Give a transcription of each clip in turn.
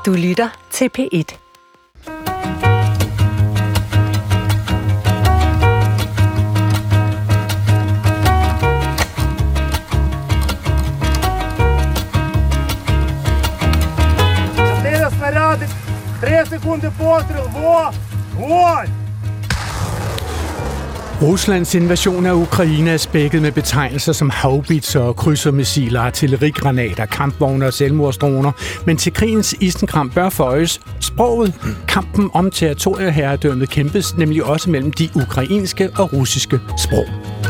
Du lytter til P1. Снаряди, 3 секунди постріл, вогонь! Ruslands invasion af Ukraine er spækket med betegnelser som haubitser og krydsermissiler, artillerigranater, kampvogne og selvmordsdroner. Men til krigens isenkram bør føjes sproget. Kampen om territorieherredømmet kæmpes nemlig også mellem de ukrainske og russiske sprog.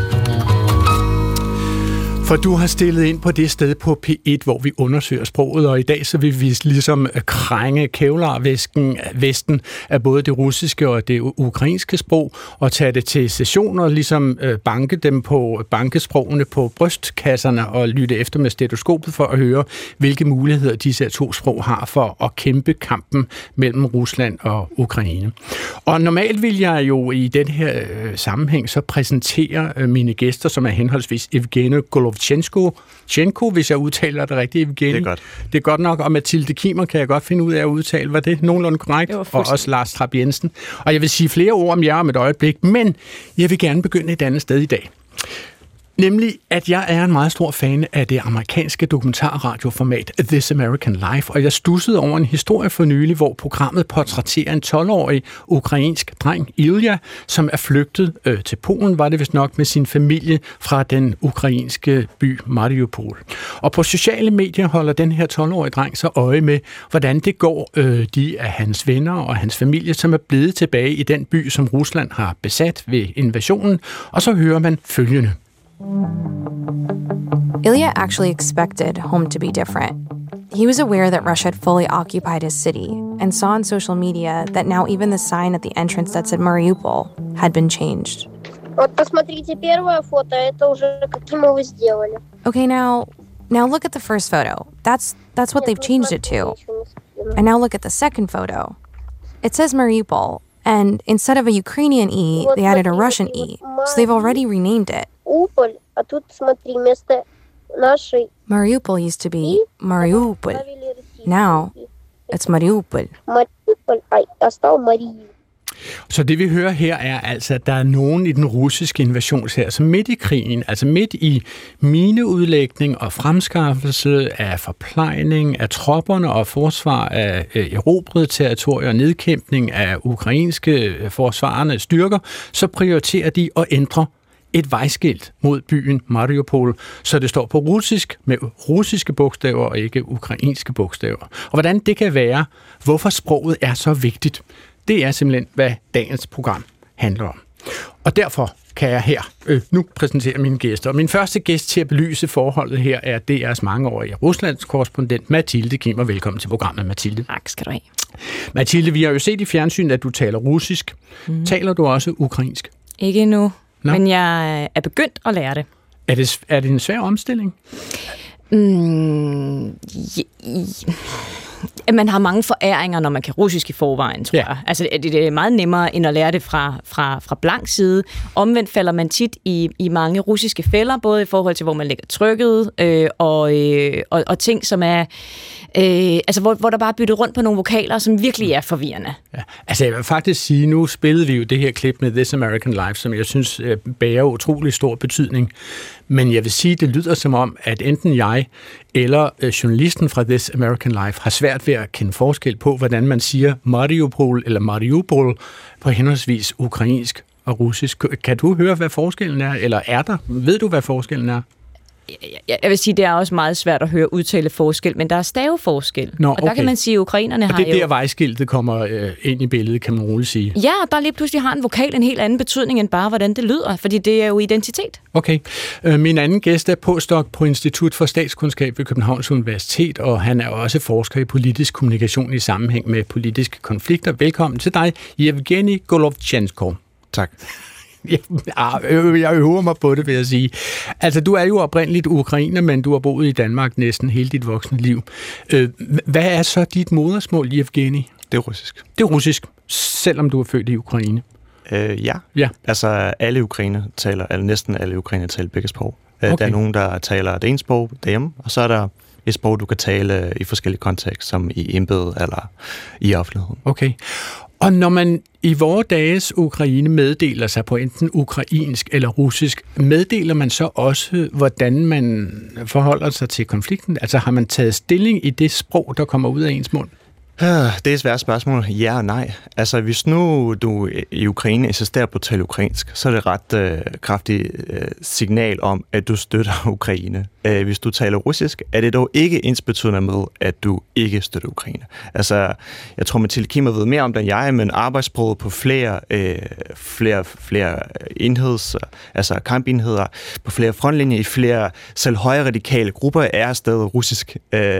For du har stillet ind på det sted på P1, hvor vi undersøger sproget, og i dag så vil vi ligesom krænge kevlarvesten af både det russiske og det ukrainske sprog, og tage det til sessioner, ligesom banke sprogene på brystkasserne og lytte efter med stetoskopet for at høre, hvilke muligheder disse to sprog har for at kæmpe kampen mellem Rusland og Ukraine. Og normalt vil jeg jo i den her sammenhæng så præsentere mine gæster, som er henholdsvis Evgeni Golovchenko, hvis jeg udtaler det rigtigt, Evgeni. Det er godt. Det er godt nok, og Mathilde Kimmer kan jeg godt finde ud af at udtale. Var det nogenlunde korrekt? Det og også Lars Trapp Jensen. Og jeg vil sige flere ord om jer om et øjeblik, men jeg vil gerne begynde et andet sted i dag. Nemlig, at jeg er en meget stor fan af det amerikanske dokumentarradioformat This American Life, og jeg studsede over en historie for nylig, hvor programmet portrætterer en 12-årig ukrainsk dreng, Ilja, som er flygtet til Polen, var det vist nok, med sin familie fra den ukrainske by Mariupol. Og på sociale medier holder den her 12-årige dreng så øje med, hvordan det går de af hans venner og hans familie, som er blevet tilbage i den by, som Rusland har besat ved invasionen, og så hører man følgende. Ilya actually expected home to be different. He was aware that Russia had fully occupied his city and saw on social media that now even the sign at the entrance that said Mariupol had been changed. Вот посмотрите первое фото, это уже каким его сделали. Okay, now look at the first photo. That's what they've changed it to. And now look at the second photo. It says Mariupol, and instead of a Ukrainian E, they added a Russian E. So they've already renamed it. А тут смотри, вместо нашей Mariupol used to be Mariupol. Now it's Mariupol. Mariupol, а стал Марию. Så det vi hører her er altså, at der er nogen i den russiske invasion her, som midt i krigen, altså midt i mineudlægning og fremskaffelse af forplejning af tropperne og forsvar af erobrede territorier og nedkæmpning af ukrainske forsvarende styrker, så prioriterer de at ændre et vejskilt mod byen Mariupol, så det står på russisk med russiske bogstaver og ikke ukrainske bogstaver. Og hvordan det kan være, hvorfor sproget er så vigtigt, det er simpelthen, hvad dagens program handler om. Og derfor kan jeg her nu præsentere mine gæster. Og min første gæst til at belyse forholdet her er DR's mangeårige Ruslands korrespondent Mathilde Kimmer. Velkommen til programmet, Mathilde. Tak skal du have. Mathilde, vi har jo set i fjernsynet, at du taler russisk. Taler du også ukrainsk? Ikke endnu, men jeg er begyndt at lære det. Er det en svær omstilling? Man har mange foræringer, når man kan russisk i forvejen, tror jeg. Altså, det er meget nemmere, end at lære det fra blank side. Omvendt falder man tit i mange russiske fælder, både i forhold til, hvor man lægger trykket, og ting, som er... hvor der bare er byttet rundt på nogle vokaler, som virkelig er forvirrende. Ja. Altså, jeg vil faktisk sige, nu spillede vi jo det her klip med This American Life, som jeg synes bærer utrolig stor betydning. Men jeg vil sige, det lyder som om, at enten jeg eller journalisten fra This American Life har svært ved at kende forskel på, hvordan man siger Mariupol eller Mariupol på henholdsvis ukrainsk og russisk. Kan du høre, hvad forskellen er? Eller er der? Ved du, hvad forskellen er? Jeg vil sige, det er også meget svært at høre udtale forskel, men der er staveforskel. Og der kan man sige, at ukrainerne har jo... Og det er der vejskiltet kommer ind i billedet, kan man roligt sige. Ja, der lige pludselig har en vokal en helt anden betydning end bare, hvordan det lyder, fordi det er jo identitet. Okay. Min anden gæst er postdoc på Institut for Statskundskab ved Københavns Universitet, og han er også forsker i politisk kommunikation i sammenhæng med politiske konflikter. Velkommen til dig, Evgeni Golovchenko. Tak. Jeg øver mig på det, vil jeg sige. Altså, du er jo oprindeligt ukrainer, men du har boet i Danmark næsten hele dit voksne liv. Hvad er så dit modersmål, Evgeni? Det er russisk. Det er russisk, selvom du er født i Ukraine? Ja. Altså, næsten alle ukrainer taler begge sprog. Okay. Der er nogen, der taler det ene sprog derhjemme, og så er der et sprog, du kan tale i forskellige kontekster, som i embedet eller i offentligheden. Okay. Og når man i vore dages Ukraine meddeler sig på enten ukrainsk eller russisk, meddeler man så også, hvordan man forholder sig til konflikten? Altså har man taget stilling i det sprog, der kommer ud af ens mund? Det er et svært spørgsmål. Ja og nej. Altså, hvis nu du i Ukraine insisterer på at tale ukrainsk, så er det ret kraftigt signal om, at du støtter Ukraine. Hvis du taler russisk, er det dog ikke ensbetydende med, at du ikke støtter Ukraine. Altså, jeg tror, Mathilde Kimmer ved mere om det end jeg, men arbejdssproget på flere kampenheder, på flere frontlinjer, i flere selv højre radikale grupper, er stadig russisk.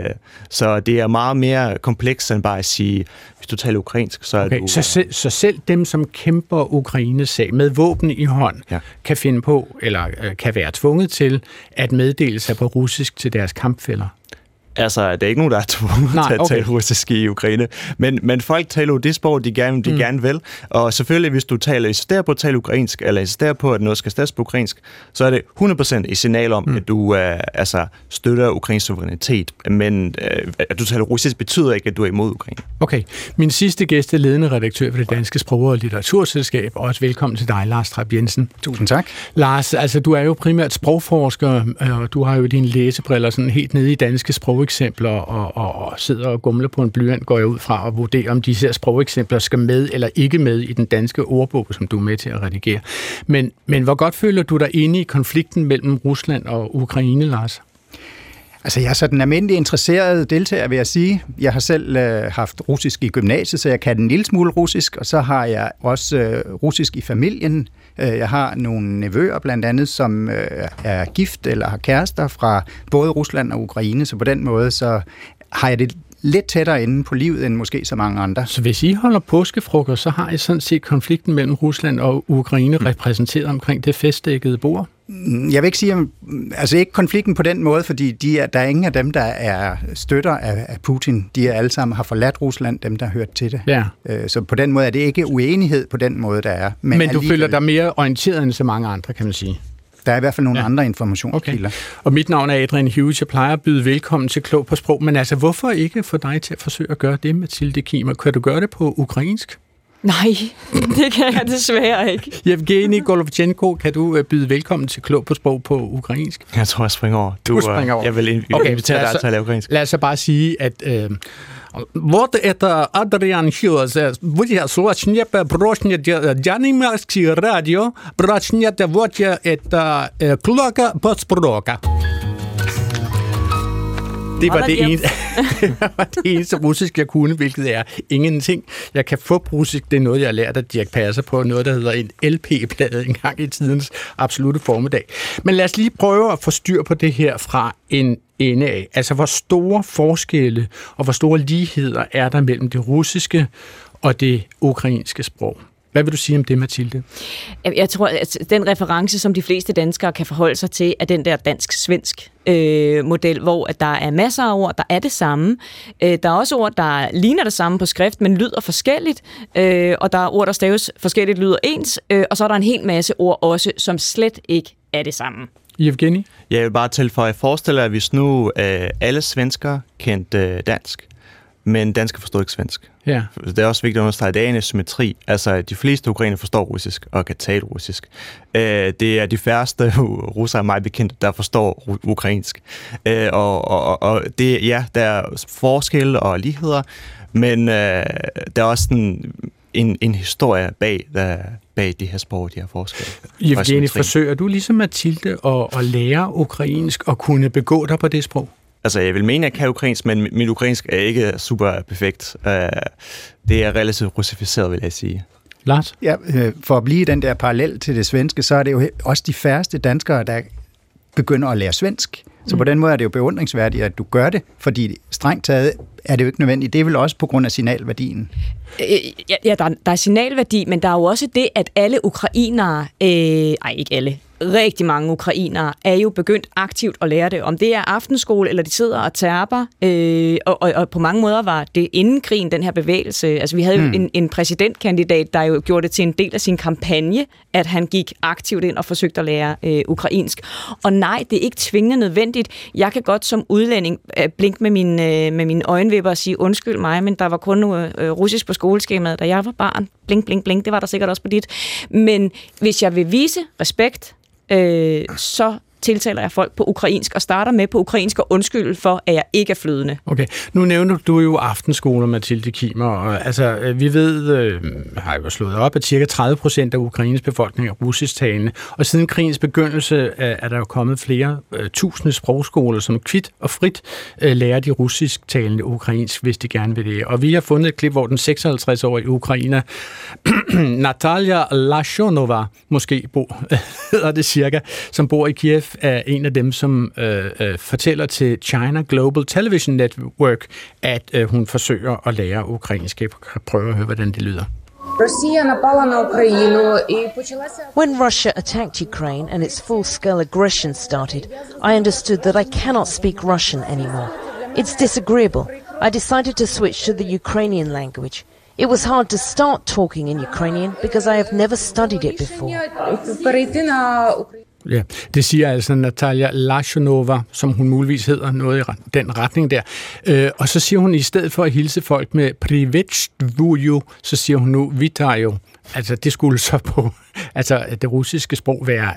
Så det er meget mere komplekst end bare at sige, hvis du taler ukrainsk, så er du... Så selv dem, som kæmper Ukraines sag med våben i hånd, kan finde på, eller kan være tvunget til, at meddele sig på russisk til deres kampfæller? Altså, det er ikke nogen, der er tvunget til at tale russisk i Ukraine. Men folk taler jo det sprog, de gerne vil. Og selvfølgelig, hvis du insisterer på at tale ukrainsk, eller insisterer på, at noget skal stats på ukrainsk, så er det 100% et signal om, at du støtter ukrainsk suverænitet. Men at du taler russisk betyder ikke, at du er imod Ukraine. Okay. Min sidste gæst er ledende redaktør for det Danske Sprog- og Litteraturselskab. Også velkommen til dig, Lars Trapp Jensen. Tusind tak. Lars, altså du er jo primært sprogforsker, og du har jo dine læsebriller sådan helt nede i danske sprogeksempler og sidder og gumler på en blyant, går jeg ud fra, og vurderer, om de her sprogeksempler skal med eller ikke med i den danske ordbog, som du er med til at redigere. Men hvor godt føler du dig inde i konflikten mellem Rusland og Ukraine, Lars? Altså, jeg er sådan almindelig interesseret deltager, vil jeg sige. Jeg har selv haft russisk i gymnasiet, så jeg kan en lille smule russisk, og så har jeg også russisk i familien. Jeg har nogle nevøer blandt andet, som er gift eller har kærester fra både Rusland og Ukraine, så på den måde så har jeg det lidt tættere inde på livet, end måske så mange andre. Så hvis I holder påskefrokost, så har I sådan set konflikten mellem Rusland og Ukraine repræsenteret omkring det festdækkede bord? Jeg vil ikke sige, altså ikke konflikten på den måde, fordi der er ingen af dem, der er støtter af Putin. De er alle sammen har forladt Rusland, dem der har hørt til det. Ja. Så på den måde er det ikke uenighed på den måde, der er. Men du føler dig mere orienteret end så mange andre, kan man sige? Der er i hvert fald nogle andre informationskilder. Okay. Og mit navn er Adrian Hughes. Jeg plejer at byde velkommen til Klog på Sprog. Men altså, hvorfor ikke få dig til at forsøge at gøre det, Mathilde Kimmer? Kan du gøre det på ukrainsk? Nej, det kan jeg desværre ikke. Evgeni Golovchenko, kan du byde velkommen til Klog på Sprog på ukrainsk? Jeg tror, jeg springer over. Du springer over. Jeg vil invitere dig til at tale ukrainsk. Lad os så bare sige, at... Вот это Адриан Хьюз. Вы слушаете брошня Дянимарский радио. Брошня вот это Клока подспрока. Det var det eneste russisk, jeg kunne, hvilket er ingenting. Jeg kan få russisk, det er noget, jeg har lært af Dirch Passer på noget, der hedder en LP-plade engang i tidens absolutte formiddag. Men lad os lige prøve at få styr på det her fra en ende af. Altså, hvor store forskelle og hvor store ligheder er der mellem det russiske og det ukrainske sprog? Hvad vil du sige om det, Mathilde? Jeg tror, at den reference, som de fleste danskere kan forholde sig til, er den der dansk-svensk model, hvor at der er masser af ord, der er det samme. Der er også ord, der ligner det samme på skrift, men lyder forskelligt. Og der er ord, der staves forskelligt, lyder ens. Og så er der en hel masse ord også, som slet ikke er det samme. Evgeni? Jeg vil bare tilføje, forestiller at hvis nu alle svensker kendte dansk, men danskere forstår ikke svensk. Ja. Det er også vigtigt at understrege, at det er en symmetri. Altså, de fleste ukrainere forstår russisk og kan tale russisk. Det er de færreste russere, mig bekendt, der forstår ukrainsk. Og det, ja, der er forskelle og ligheder, men der er også en historie bag de her sprog, de her forskelle. Evgeni, forsøger du ligesom Mathilde at lære ukrainsk og kunne begå dig på det sprog? Altså, jeg vil mene, at jeg kan ukrainsk, men mit ukrainsk er ikke super perfekt. Det er relativt russificeret, vil jeg sige. Lars? Ja, for at blive den der parallel til det svenske, så er det jo også de færreste danskere, der begynder at lære svensk. Så på den måde er det jo beundringsværdigt, at du gør det, fordi strengt taget er det jo ikke nødvendigt. Det er vel også på grund af signalværdien. Ja, der er signalværdi, men der er jo også det, at alle ukrainere, ikke alle, rigtig mange ukrainere er jo begyndt aktivt at lære det. Om det er aftenskole, eller de sidder og terper, og på mange måder var det inden krigen, den her bevægelse. Altså vi havde jo en præsidentkandidat, der jo gjorde det til en del af sin kampagne, at han gik aktivt ind og forsøgte at lære ukrainsk. Og nej, det er ikke tvingende nødvendigt. Jeg kan godt som udlænding blinke med mine øjenvipper og sige, undskyld mig, men der var kun russisk på skoleskemaet, da jeg var barn. Blink, blink, blink, det var der sikkert også på dit. Men hvis jeg vil vise respekt, så tiltaler jeg folk på ukrainsk og starter med på ukrainsk og undskylde for, at jeg ikke er flydende. Okay, nu nævner du jo aftenskoler, Mathilde Kimmer, og altså, vi ved, har jo slået op, at ca. 30% af Ukraines befolkning er russisktalende, og siden krigens begyndelse er der jo kommet flere tusinde sprogskoler, som kvit og frit lærer de russisktalende ukrainsk, hvis de gerne vil det. Og vi har fundet et klip, hvor den 56-årige ukrainer, Natalia Lashonova, måske hedder det cirka, som bor i Kiev, er en af dem, som fortæller til China Global Television Network, at hun forsøger at lære ukrainsk. Jeg kan prøve at høre, hvordan det lyder. When Russia attacked Ukraine and its full-scale aggression started, I understood that I cannot speak Russian anymore. It's disagreeable. I decided to switch to the Ukrainian language. It was hard to start talking in Ukrainian because I have never studied it before. Ja, det siger altså Natalia Lashonova, som hun muligvis hedder, noget i den retning der. Og så siger hun, i stedet for at hilse folk med privetstvuju, så siger hun nu vitajo. Altså det skulle så på det russiske sprog være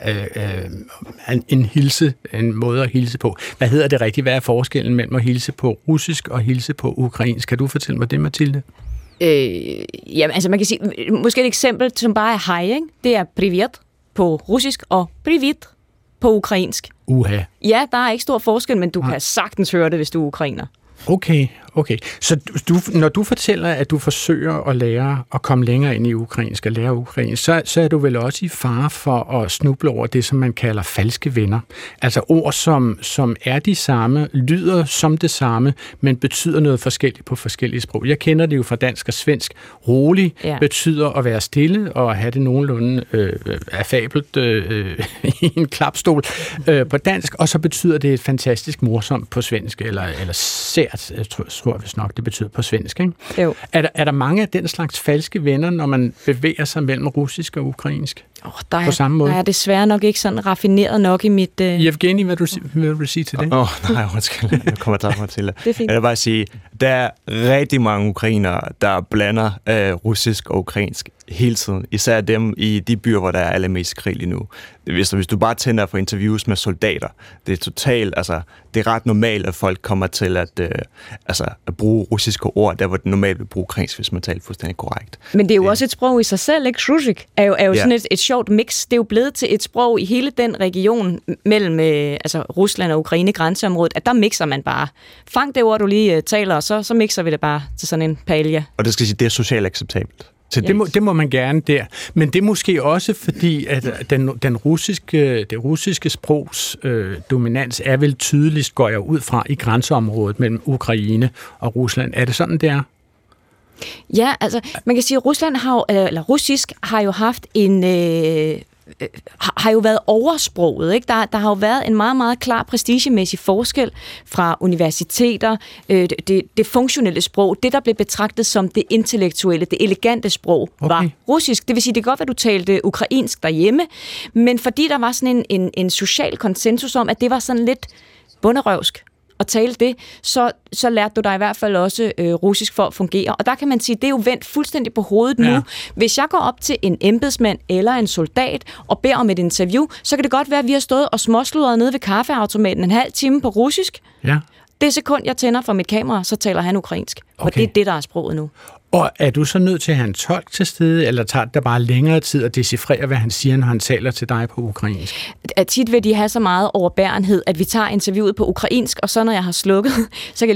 en hilse, en måde at hilse på. Hvad hedder det rigtigt? Hvad er forskellen mellem at hilse på russisk og hilse på ukrainsk? Kan du fortælle mig det, Mathilde? Jamen, altså man kan sige, måske et eksempel, som bare er hej, ikke? Det er privet på russisk og privit på ukrainsk. Uha. Ja, der er ikke stor forskel, men du kan sagtens høre det, hvis du er ukrainer. Okay. Så når du fortæller, at du forsøger at lære at komme længere ind i ukrainsk og lære ukrainsk, så er du vel også i fare for at snuble over det, som man kalder falske venner. Altså ord, som er de samme, lyder som det samme, men betyder noget forskelligt på forskellige sprog. Jeg kender det jo fra dansk og svensk. Rolig betyder at være stille og have det nogenlunde affabelt i en klapstol på dansk, og så betyder det et fantastisk morsomt på svensk, eller sært, tror jeg vist nok, det betyder på svensk, ikke? Jo. Er der mange af den slags falske venner, når man bevæger sig mellem russisk og ukrainsk? På samme måde? Der er desværre nok ikke sådan raffineret nok i mit... Evgeni, hvad vil du sige til det? Nej, undskyld. Jeg kommer til det. Det er fint. Jeg vil bare sige, der er rigtig mange ukrainere, der blander russisk og ukrainsk hele tiden. Især dem i de byer, hvor der er allermest krig lige nu. Hvis du bare tænder for interviews med soldater, det er totalt, altså, det er ret normalt, at folk kommer til at bruge russiske ord, der hvor det normalt vil bruge ukrainsk, hvis man taler fuldstændig korrekt. Men det er jo også et sprog i sig selv, ikke? Russisk er jo sådan et sjovt mix. Det er jo blevet til et sprog i hele den region mellem Rusland og Ukraine grænseområdet, at der mixer man bare. Fang det ord, du lige taler, og så mixer vi det bare til sådan en paella. Og det skal sige, det er socialt acceptabelt. Så det må man gerne der. Men det er måske også fordi, at det russiske sprogs dominans er vel tydeligst, går jeg ud fra, i grænseområdet mellem Ukraine og Rusland. Er det sådan, det er? Ja, altså man kan sige, at russisk har jo haft har jo været oversproget, ikke? Der har jo været en meget, meget klar prestigemæssig forskel fra universiteter, det funktionelle sprog, det der blev betragtet som det intellektuelle, det elegante sprog, var russisk. Det vil sige, det kan godt være, du talte ukrainsk derhjemme, men fordi der var sådan en social konsensus om, at det var sådan lidt bunderøvsk at tale det, så lærte du dig i hvert fald også russisk for at fungere. Og der kan man sige, det er jo vendt fuldstændig på hovedet nu. Hvis jeg går op til en embedsmand eller en soldat og beder om et interview, så kan det godt være, at vi har stået og småsludret nede ved kaffeautomaten en halv time på russisk. Ja. Det sekund, jeg tænder for mit kamera, så taler han ukrainsk. Okay. Og det er det, der er sproget nu. Og er du så nødt til at have en tolk til stede, eller tager det bare længere tid at decifrere, hvad han siger, når han taler til dig på ukrainsk? Tit vil de have så meget overbærenhed, at vi tager interviewet på ukrainsk, og så når jeg har slukket, så kan jeg lige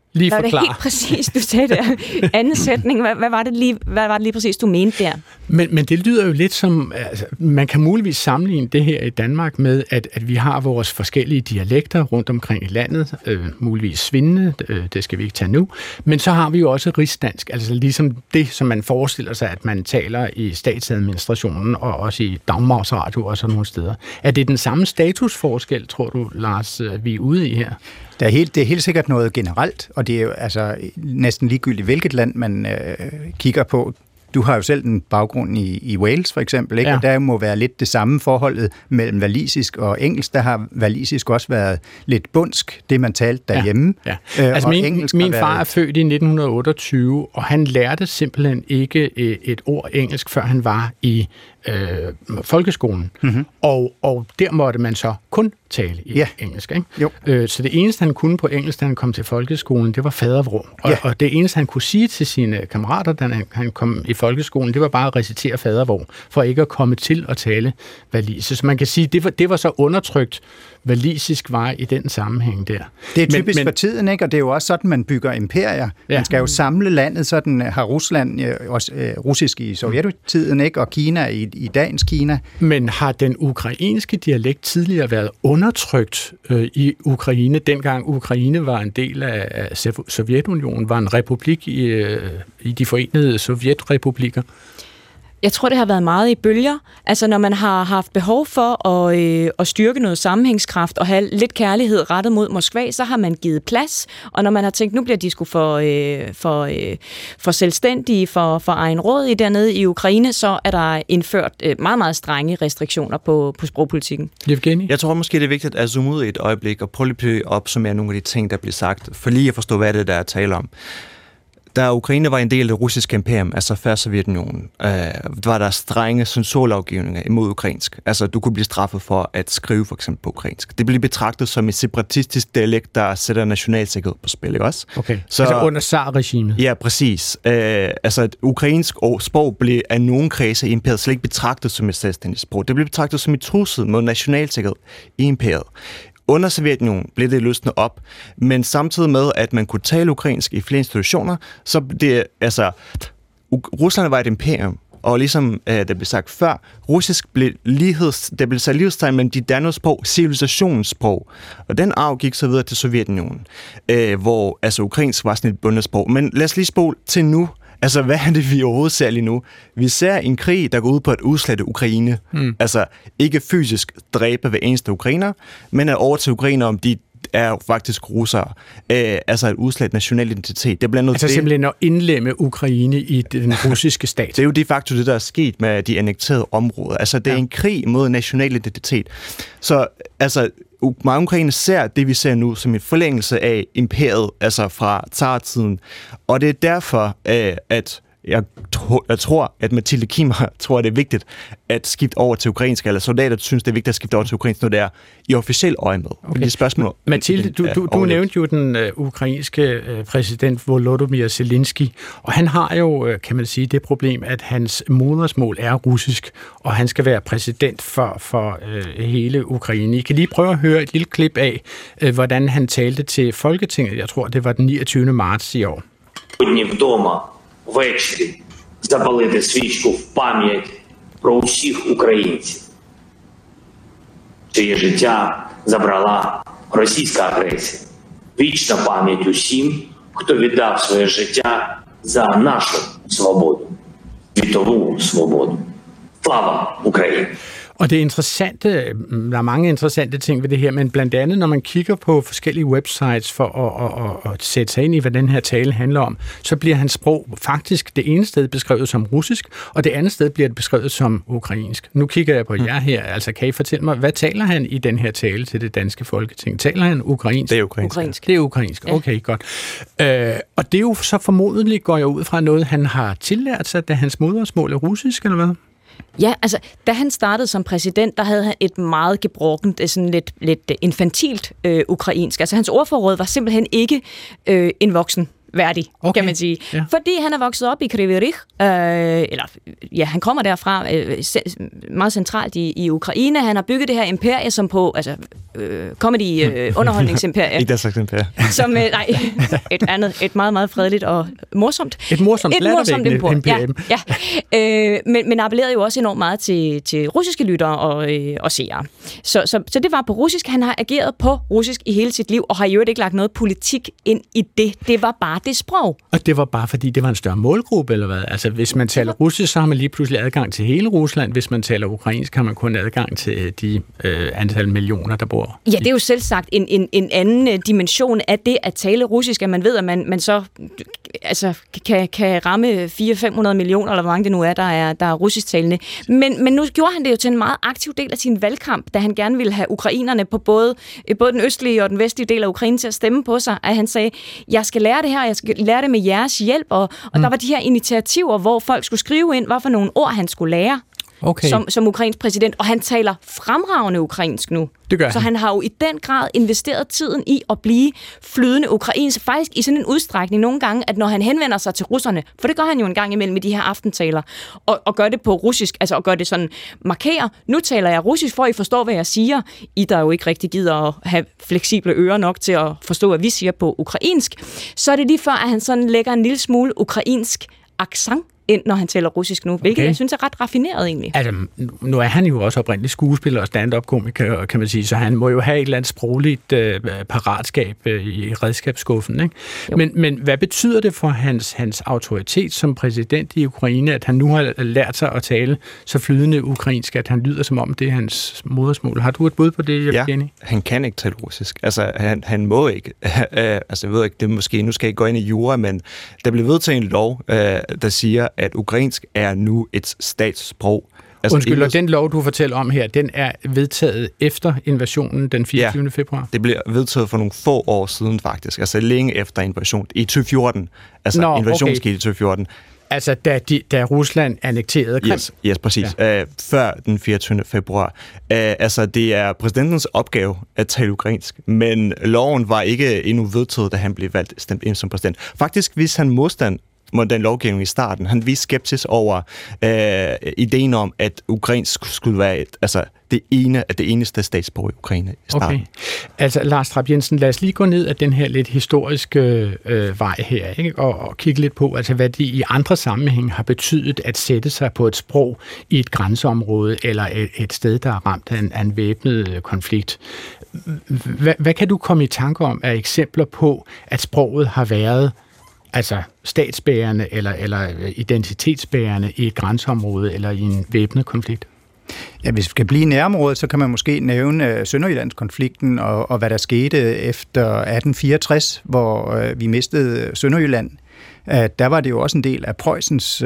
Lige forklare. Hvad var det helt præcis, du sagde der? Anden sætning. Hvad var det lige præcis, du mente der? Men det lyder jo lidt som, altså, man kan muligvis sammenligne det her i Danmark med, at vi har vores forskellige dialekter rundt omkring i landet, muligvis svindende, det skal vi ikke tage nu, men så har vi jo også rigsdansk, altså ligesom det, som man forestiller sig, at man taler i statsadministrationen og også i Danmarks Radio og sådan nogle steder. Er det den samme statusforskel, tror du, Lars, vi er ude i her? Det er helt sikkert noget generelt, og det er jo altså næsten ligegyldigt, hvilket land man kigger på. Du har jo selv en baggrund i Wales, for eksempel, ikke? Ja. Og der må være lidt det samme forholdet mellem walisisk og engelsk. Der har walisisk også været lidt bundsk, det man talte derhjemme. Ja. Altså min far er født i 1928, og han lærte simpelthen ikke et ord engelsk, før han var i folkeskolen. Mm-hmm. Og der måtte man så kun tale i engelsk. Ikke? Jo. Så det eneste, han kunne på engelsk, da han kom til folkeskolen, det var fadervrå. Og det eneste, han kunne sige til sine kammerater, da han kom i folkeskolen, det var bare at recitere fadervrå, for ikke at komme til at tale walisisk. Så man kan sige, det var så undertrykt, walisisk var i den sammenhæng der. Det er typisk for tiden, ikke? Og det er jo også sådan, man bygger imperier. Ja. Man skal jo samle landet, sådan har Rusland også russisk i sovjettiden, ikke? Og Kina i dagens Kina. Men har den ukrainske dialekt tidligere været undertrykt i Ukraine, dengang Ukraine var en del af Sovjetunionen, var en republik i de forenede sovjetrepublikker? Jeg tror, det har været meget i bølger. Altså, når man har haft behov for at styrke noget sammenhængskraft og have lidt kærlighed rettet mod Moskva, så har man givet plads. Og når man har tænkt, nu bliver de sgu for selvstændige, for egen råd i dernede i Ukraine, så er der indført meget, meget strenge restriktioner på sprogpolitikken. Evgeni? Jeg tror måske, det er vigtigt at zoome ud i et øjeblik og prøve at opsummere nogle af de ting, der bliver sagt, for lige at forstå, hvad det er, der er tale om. Da Ukraine var en del af det russiske imperium, altså før Sovjetunionen, var der strenge censurlovgivninger imod ukrainsk. Altså, du kunne blive straffet for at skrive for eksempel på ukrainsk. Det blev betragtet som et separatistisk dialekt, der sætter nationalsikkerhed på spil, ikke også? Okay, så altså under zar-regimet? Ja, præcis. Altså, et ukrainsk sprog blev af nogle kredse i imperiet slet ikke betragtet som et selvstændigt sprog. Det blev betragtet som et trussel mod nationalsikkerhed i imperiet. Under Sovjetunionen blev det løsnet op, men samtidig med, at man kunne tale ukrainsk i flere institutioner, så det, altså, Rusland var et imperium, og ligesom der blev sagt før, russisk blev der blev sat lighedstegn mellem de dannede sprog, civilisationssprog, og den arv gik så videre til Sovjetunionen, hvor altså ukrainsk var sådan et bundet sprog. Men lad os lige spole til nu. Altså, hvad er det, vi overhovedet ser lige nu? Vi ser en krig, der går ud på at udslette Ukraine. Altså, ikke fysisk dræbe hver eneste ukrainer, men at overtage ukrainer, om de er faktisk russere. Altså et udslet national identitet. Det er blandt andet altså simpelthen at indlemme Ukraine i den russiske stat. Det er jo de facto det, der er sket med de annekterede områder. Altså, det er en krig mod national identitet. Så, altså, mange ukrainer ser det, vi ser nu, som en forlængelse af imperiet, altså fra tsartiden. Og det er derfor, at jeg tror, at Mathilde Kimmer tror, at det er vigtigt at skifte over til ukrainsk, eller soldater synes, det er vigtigt at skifte over til ukrainsk, når det er i officiel øje med. Okay. Spørgsmål, Mathilde, du nævnte jo den ukrainske præsident Volodymyr Zelensky, og han har jo, kan man sige, det problem, at hans modersmål er russisk, og han skal være præsident for hele Ukraine. I kan lige prøve at høre et lille klip af, hvordan han talte til Folketinget. Jeg tror, det var den 29. marts i år. Ввечері запалити свічку в пам'ять про усіх українців, чиє життя забрала російська агресія. Вічна пам'ять усім, хто віддав своє життя за нашу свободу, світову свободу. Слава Україні! Og det er interessante, der er mange interessante ting ved det her, men blandt andet, når man kigger på forskellige websites for at sætte sig ind i, hvad den her tale handler om, så bliver hans sprog faktisk det ene sted beskrevet som russisk, og det andet sted bliver det beskrevet som ukrainsk. Nu kigger jeg på jer her, altså kan I fortælle mig, hvad taler han i den her tale til det danske folketing? Taler han ukrainsk? Det er ukrainsk. Det er ukrainsk, okay, godt. Og det er jo så formodentlig, går jeg ud fra noget, han har tillært sig, da hans modersmål er russisk, eller hvad? Ja, altså, da han startede som præsident, der havde han et meget gebrokkent, sådan lidt infantilt ukrainsk. Altså, hans ordforråd var simpelthen ikke en voksen værdig, kan man sige. Ja. Fordi han er vokset op i Kryvyi Rih, han kommer derfra, meget centralt i Ukraine. Han har bygget det her imperie, som på, comedy-underholdningsimperie. Ikke der slags imperie. Som, et meget, meget fredeligt og morsomt. Et morsomt imperium. Ja. Men appellerede jo også enormt meget til russiske lyttere og seere. Så det var på russisk. Han har ageret på russisk i hele sit liv, og har jo ikke lagt noget politik ind i det. Det var bare det sprog. Og det var bare, fordi det var en større målgruppe, eller hvad? Altså, hvis man taler russisk, så har man lige pludselig adgang til hele Rusland. Hvis man taler ukrainsk, har man kun adgang til de antal millioner, der bor. Ja, det er jo selv sagt en anden dimension af det at tale russisk, at man ved, at man så kan ramme 400-500 millioner, eller hvor mange det nu er, der er russisktalende. Men nu gjorde han det jo til en meget aktiv del af sin valgkamp, da han gerne ville have ukrainerne på både den østlige og den vestlige del af Ukraine til at stemme på sig, at han sagde, jeg skal lære det her, jeg skal lære det med jeres hjælp, og der var de her initiativer, hvor folk skulle skrive ind, hvad for nogle ord han skulle lære. Okay. Som ukrainsk præsident, og han taler fremragende ukrainsk nu. Så han har jo i den grad investeret tiden i at blive flydende ukrainsk, faktisk i sådan en udstrækning nogle gange, at når han henvender sig til russerne, for det gør han jo en gang imellem med de her aftentaler, og gør det på russisk, altså og gør det sådan, markerer, nu taler jeg russisk, for at I forstår, hvad jeg siger. I der jo ikke rigtig gider at have fleksible ører nok til at forstå, hvad vi siger på ukrainsk. Så er det lige før, at han sådan lægger en lille smule ukrainsk accent ind, når han taler russisk nu, hvilket jeg synes er ret raffineret egentlig. Altså, nu er han jo også oprindelig skuespiller og stand-up-komiker, kan man sige, så han må jo have et eller andet sprogligt paratskab i redskabsskuffen, ikke? Men hvad betyder det for hans autoritet som præsident i Ukraine, at han nu har lært sig at tale så flydende ukrainsk, at han lyder som om det er hans modersmål? Har du et bud på det, Evgeni? Ja, han kan ikke tale russisk. Altså, han må ikke. Altså, jeg ved ikke, det måske, nu skal jeg gå ind i jura, men der blev vedtaget en lov, der siger, at ukrainsk er nu et statssprog. Altså, undskyld, og den lov, du fortæller om her, den er vedtaget efter invasionen den 24. februar? Det blev vedtaget for nogle få år siden faktisk, altså længe efter invasion, i 2014. Altså invasionen skete i 2014. Altså, da Rusland annekterede Krim? Yes, præcis. Ja. Før den 24. februar. Altså, det er præsidentens opgave at tale ukrainsk, men loven var ikke endnu vedtaget, da han blev stemt ind som præsident. Faktisk viste han modstand mod den lovgivning i starten. Han viste skepsis over ideen om, at ukrainsk skulle være det eneste statssprog i Ukraine i starten. Okay. Altså, Lars Trapp Jensen, lad os lige gå ned ad den her lidt historiske vej her, ikke? Og kigge lidt på, altså, hvad det i andre sammenhæng har betydet at sætte sig på et sprog i et grænseområde eller et sted, der er ramt af en væbnet konflikt. Hvad kan du komme i tanke om af eksempler på, at sproget har været statsbærende eller identitetsbærende i et grænseområde eller i en væbnet konflikt? Ja, hvis vi skal blive i nærområdet, så kan man måske nævne Sønderjyllandskonflikten og hvad der skete efter 1864, hvor vi mistede Sønderjylland. Der var det jo også en del af Preussens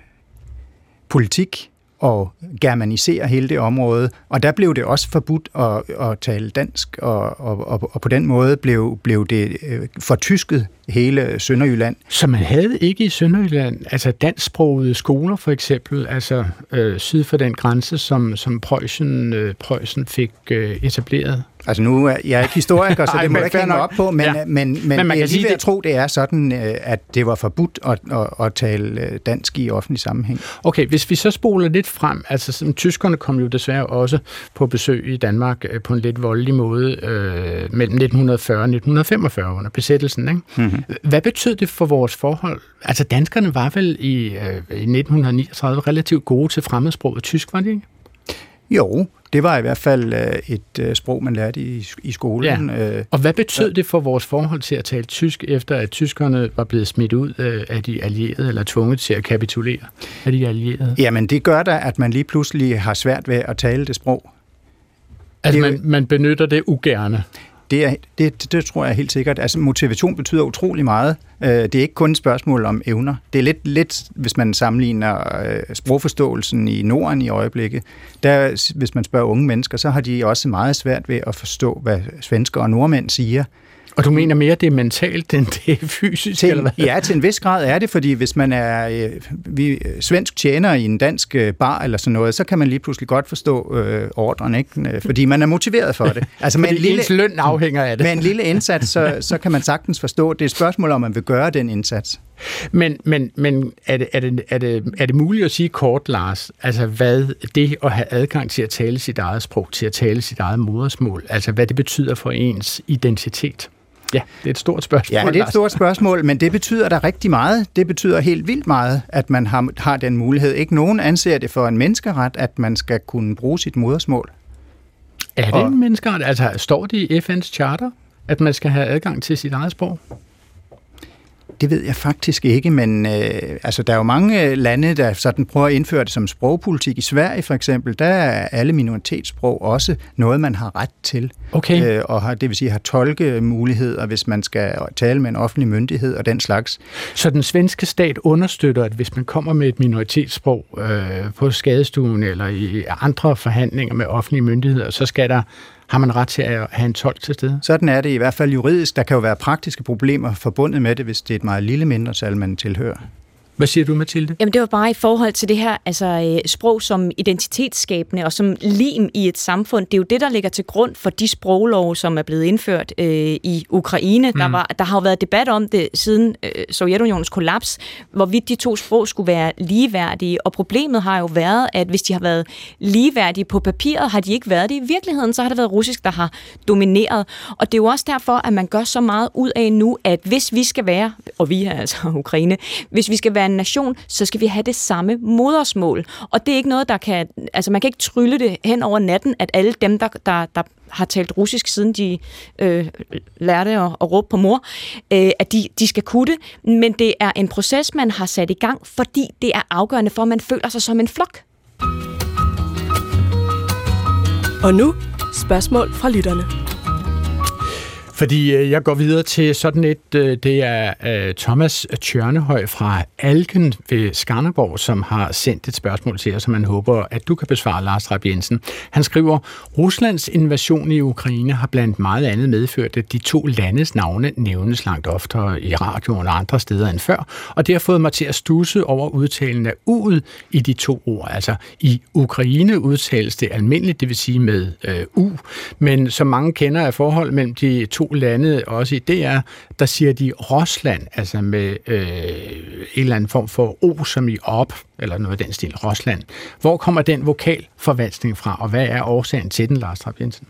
politik og germanisere hele det område, og der blev det også forbudt at tale dansk, og på den måde blev det fortysket hele Sønderjylland. Så man havde ikke i Sønderjylland, altså dansksprogede skoler for eksempel, altså syd for den grænse, som Preussen fik etableret? Altså nu er jeg ikke historiker, så det må jeg ikke hænge op på, men man kan lige ved at tro, det er sådan, at det var forbudt at tale dansk i offentlig sammenhæng. Okay, hvis vi så spoler lidt frem, altså som tyskerne kom jo desværre også på besøg i Danmark på en lidt voldelig måde mellem 1940 og 1945 under besættelsen, ikke? Mm-hmm. Hvad betød det for vores forhold? Altså danskerne var vel i 1939 relativt gode til fremmedsproget tysk, var det ikke? Jo, det var i hvert fald et sprog, man lærte i skolen. Ja. Og hvad betød det for vores forhold til at tale tysk, efter at tyskerne var blevet smidt ud af de allierede, eller tvunget til at kapitulere af de allierede? Jamen, det gør da, at man lige pludselig har svært ved at tale det sprog. Altså, man benytter det ugerne? Det tror jeg helt sikkert. Altså, motivation betyder utrolig meget. Det er ikke kun et spørgsmål om evner. Det er lidt hvis man sammenligner sprogforståelsen i Norden i øjeblikket. Hvis man spørger unge mennesker, så har de også meget svært ved at forstå, hvad svensker og nordmænd siger. Og du mener mere, det er mentalt, end det er fysisk, eller hvad? Ja, til en vis grad er det, fordi hvis man er svensk tjener i en dansk bar eller sådan noget, så kan man lige pludselig godt forstå ordren, ikke? Fordi man er motiveret for det. Altså med ens løn afhænger af det. Med en lille indsats, så kan man sagtens forstå. Det er et spørgsmål, om man vil gøre den indsats. Men er det muligt at sige kort, Lars, altså hvad det at have adgang til at tale sit eget sprog, til at tale sit eget modersmål, altså hvad det betyder for ens identitet? Ja, det er et stort spørgsmål. Ja, det er et stort spørgsmål, men det betyder da rigtig meget. Det betyder helt vildt meget, at man har den mulighed. Ikke nogen anser det for en menneskeret, at man skal kunne bruge sit modersmål. Er det en menneskeret? Altså, står det i FN's charter, at man skal have adgang til sit eget sprog? Det ved jeg faktisk ikke, men der er jo mange lande, der sådan prøver at indføre det som sprogpolitik. I Sverige for eksempel, der er alle minoritetssprog også noget, man har ret til. Okay. Og det vil sige har tolkemuligheder, hvis man skal tale med en offentlig myndighed og den slags. Så den svenske stat understøtter, at hvis man kommer med et minoritetssprog på skadestuen eller i andre forhandlinger med offentlige myndigheder, så har man ret til at have en tolk til stede? Sådan er det i hvert fald juridisk. Der kan jo være praktiske problemer forbundet med det, hvis det er et meget lille mindretal, man tilhører. Hvad siger du, Mathilde? Jamen det var bare i forhold til det her sprog som identitetsskabende og som lim i et samfund. Det er jo det, der ligger til grund for de sproglove, som er blevet indført i Ukraine. Der har jo været debat om det siden Sovjetunionens kollaps, hvorvidt de to sprog skulle være ligeværdige. Og problemet har jo været, at hvis de har været ligeværdige på papiret, har de ikke været det i virkeligheden. Så har det været russisk, der har domineret. Og det er jo også derfor, at man gør så meget ud af nu, at hvis vi skal være, og vi er altså Ukraine, hvis vi skal være en nation, så skal vi have det samme modersmål. Og det er ikke noget, der kan... Altså, man kan ikke trylle det hen over natten, at alle dem, der har talt russisk, siden de lærte at råbe på mor, at de skal kunne det. Men det er en proces, man har sat i gang, fordi det er afgørende for, at man føler sig som en flok. Og nu spørgsmål fra lytterne. Fordi jeg går videre til sådan et, det er Thomas Tjørnehøj fra Alken ved Skanderborg, som har sendt et spørgsmål til os, som han håber, at du kan besvare, Lars Rapp Jensen. Han skriver, Ruslands invasion i Ukraine har blandt meget andet medført, at de to landes navne nævnes langt oftere i radioen og andre steder end før, og det har fået mig til at studse over udtalen af u'et i de to ord. Altså i Ukraine udtales det almindeligt, det vil sige med u, men som mange kender af forhold mellem de to lande, også i DR, der siger de Rusland, altså med en eller anden form for o som i op, eller noget af den stil, Rusland. Hvor kommer den vokalforvanskning fra, og hvad er årsagen til den, Lars Rapp Jensen?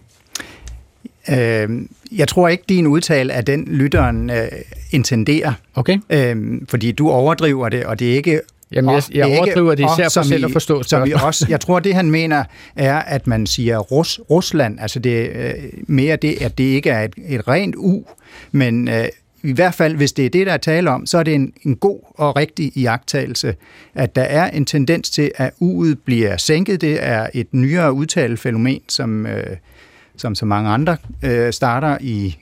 Jeg tror ikke, din udtale af den lytteren intenderer. Okay. Fordi du overdriver det, og det er ikke... Jamen, jeg overdriver det især for selv at forstå spørgsmålet. Jeg tror, det han mener er, at man siger Rusland, altså det mere det, at det ikke er et rent u, men i hvert fald, hvis det er det, der er tale om, så er det en god og rigtig iagttagelse, at der er en tendens til, at u'et bliver sænket. Det er et nyere udtalefænomen, som så mange andre starter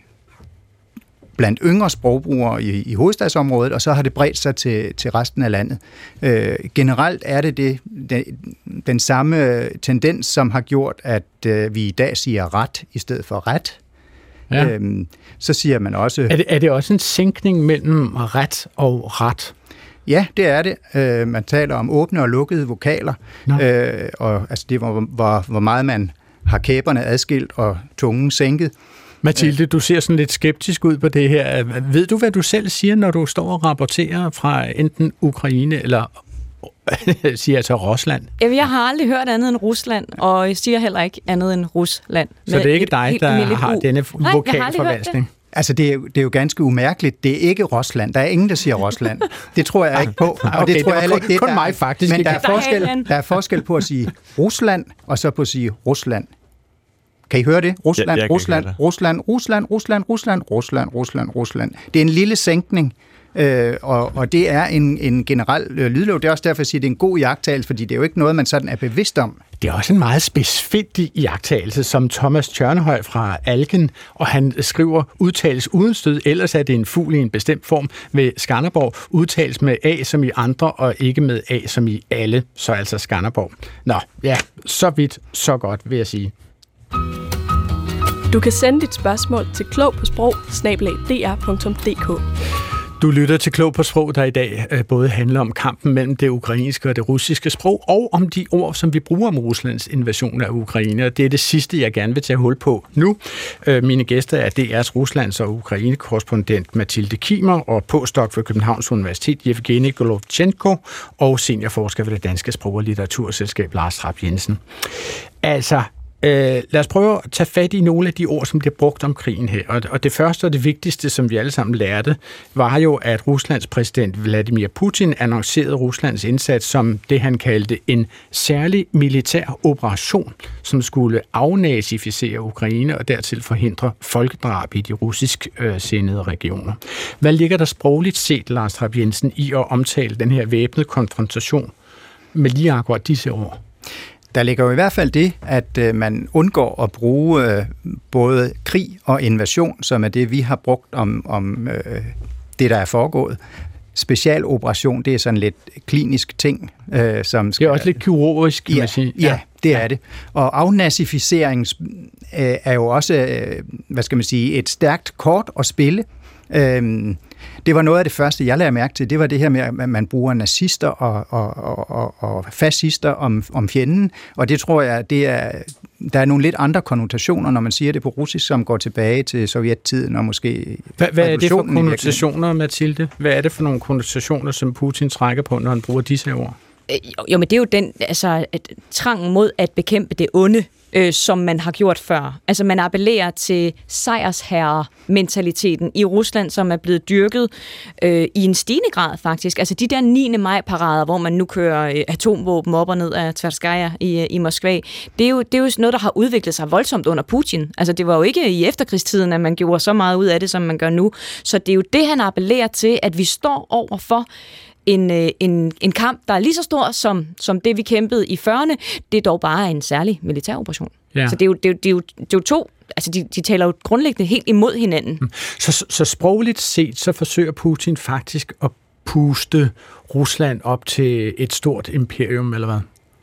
blandt yngre sprogbrugere i hovedstadsområdet, og så har det bredt sig til resten af landet. Generelt er det den samme tendens, som har gjort, at vi i dag siger ret i stedet for ret. Ja. Så siger man også... Er det også en sænkning mellem ret og ret? Ja, det er det. Man taler om åbne og lukkede vokaler, og altså det hvor meget man har kæberne adskilt og tungen sænket. Mathilde, du ser sådan lidt skeptisk ud på det her. Ved du, hvad du selv siger, når du står og rapporterer fra enten Ukraine eller siger altså Rusland? Jeg har aldrig hørt andet end Rusland, og jeg siger heller ikke andet end Rusland. Så det er ikke dig, der har denne vokalforvanskning? Altså, det er jo ganske umærkeligt. Det er ikke Rusland. Der er ingen, der siger Rusland. Det tror jeg ikke på. Og det tror jeg heller ikke. Kun mig faktisk. Men der er forskel på at sige Rusland, og så på at sige Rusland. Kan I høre det? Rusland, Rusland, Rusland, Rusland, Rusland, Rusland, Rusland, Rusland, Rusland. Det er en lille sænkning, og det er en generel lydløb. Det er også derfor, jeg siger, at det er en god iagttagelse, fordi det er jo ikke noget, man sådan er bevidst om. Det er også en meget specifik iagttagelse, som Thomas Tjørnehøj fra Alken, og han skriver, udtales uden stød, ellers er det en fugl i en bestemt form. Ved Skanderborg udtales med A som i andre, og ikke med A som i alle, så altså Skanderborg. Nå, ja, så vidt, så godt, vil jeg sige. Du kan sende dit spørgsmål til klogpåsprog@dr.dk. Du lytter til Klog på Sprog, der i dag både handler om kampen mellem det ukrainske og det russiske sprog, og om de ord, som vi bruger om Ruslands invasion af Ukraine. Og det er det sidste, jeg gerne vil tage hul på nu. Mine gæster er DR's Ruslands- og Ukraine-korrespondent Mathilde Kimer og postdoc ved Københavns Universitet Yevgeni Golovchenko og seniorforsker ved det Danske Sprog- og Litteraturselskab Lars Trapp Jensen. Altså, lad os prøve at tage fat i nogle af de ord, som bliver brugt om krigen her. Og det første og det vigtigste, som vi alle sammen lærte, var jo, at Ruslands præsident Vladimir Putin annoncerede Ruslands indsats som det, han kaldte en særlig militær operation, som skulle afnazificere Ukraine og dertil forhindre folkedrab i de russisk sindede regioner. Hvad ligger der sprogligt set, Lars Trapp Jensen, i at omtale den her væbnede konfrontation med lige akkurat disse ord? Der ligger jo i hvert fald det, at man undgår at bruge både krig og invasion, som er det, vi har brugt om det, der er foregået. Specialoperation, det er sådan lidt klinisk ting, som skal... Det er også lidt kirurgisk, kan man sige. Ja, det er det. Og afnazificering er jo også, hvad skal man sige, et stærkt kort at spille. Det var noget af det første, jeg lagde mærke til. Det var det her med, at man bruger nazister og fascister om fjenden. Og det tror jeg, der er nogle lidt andre konnotationer, når man siger det på russisk, som går tilbage til sovjettiden og måske... Hvad er det for konnotationer, Mathilde? Hvad er det for nogle konnotationer, som Putin trækker på, når han bruger disse ord? Jo, men det er jo den trangen mod at bekæmpe det onde, som man har gjort før. Altså man appellerer til sejrsherre-mentaliteten i Rusland, som er blevet dyrket i en stigende grad faktisk. Altså de der 9. maj-parader, hvor man nu kører atomvåben op og ned af Tverskaya i Moskva, det er jo noget, der har udviklet sig voldsomt under Putin. Altså det var jo ikke i efterkrigstiden, at man gjorde så meget ud af det, som man gør nu. Så det er jo det, han appellerer til, at vi står over for en kamp, der er lige så stor som det, vi kæmpede i 40'erne. Det er dog bare en særlig militæroperation. Ja. Så det er jo to, altså de taler jo grundlæggende helt imod hinanden. Så sprogligt set, så forsøger Putin faktisk at puste Rusland op til et stort imperium, eller hvad?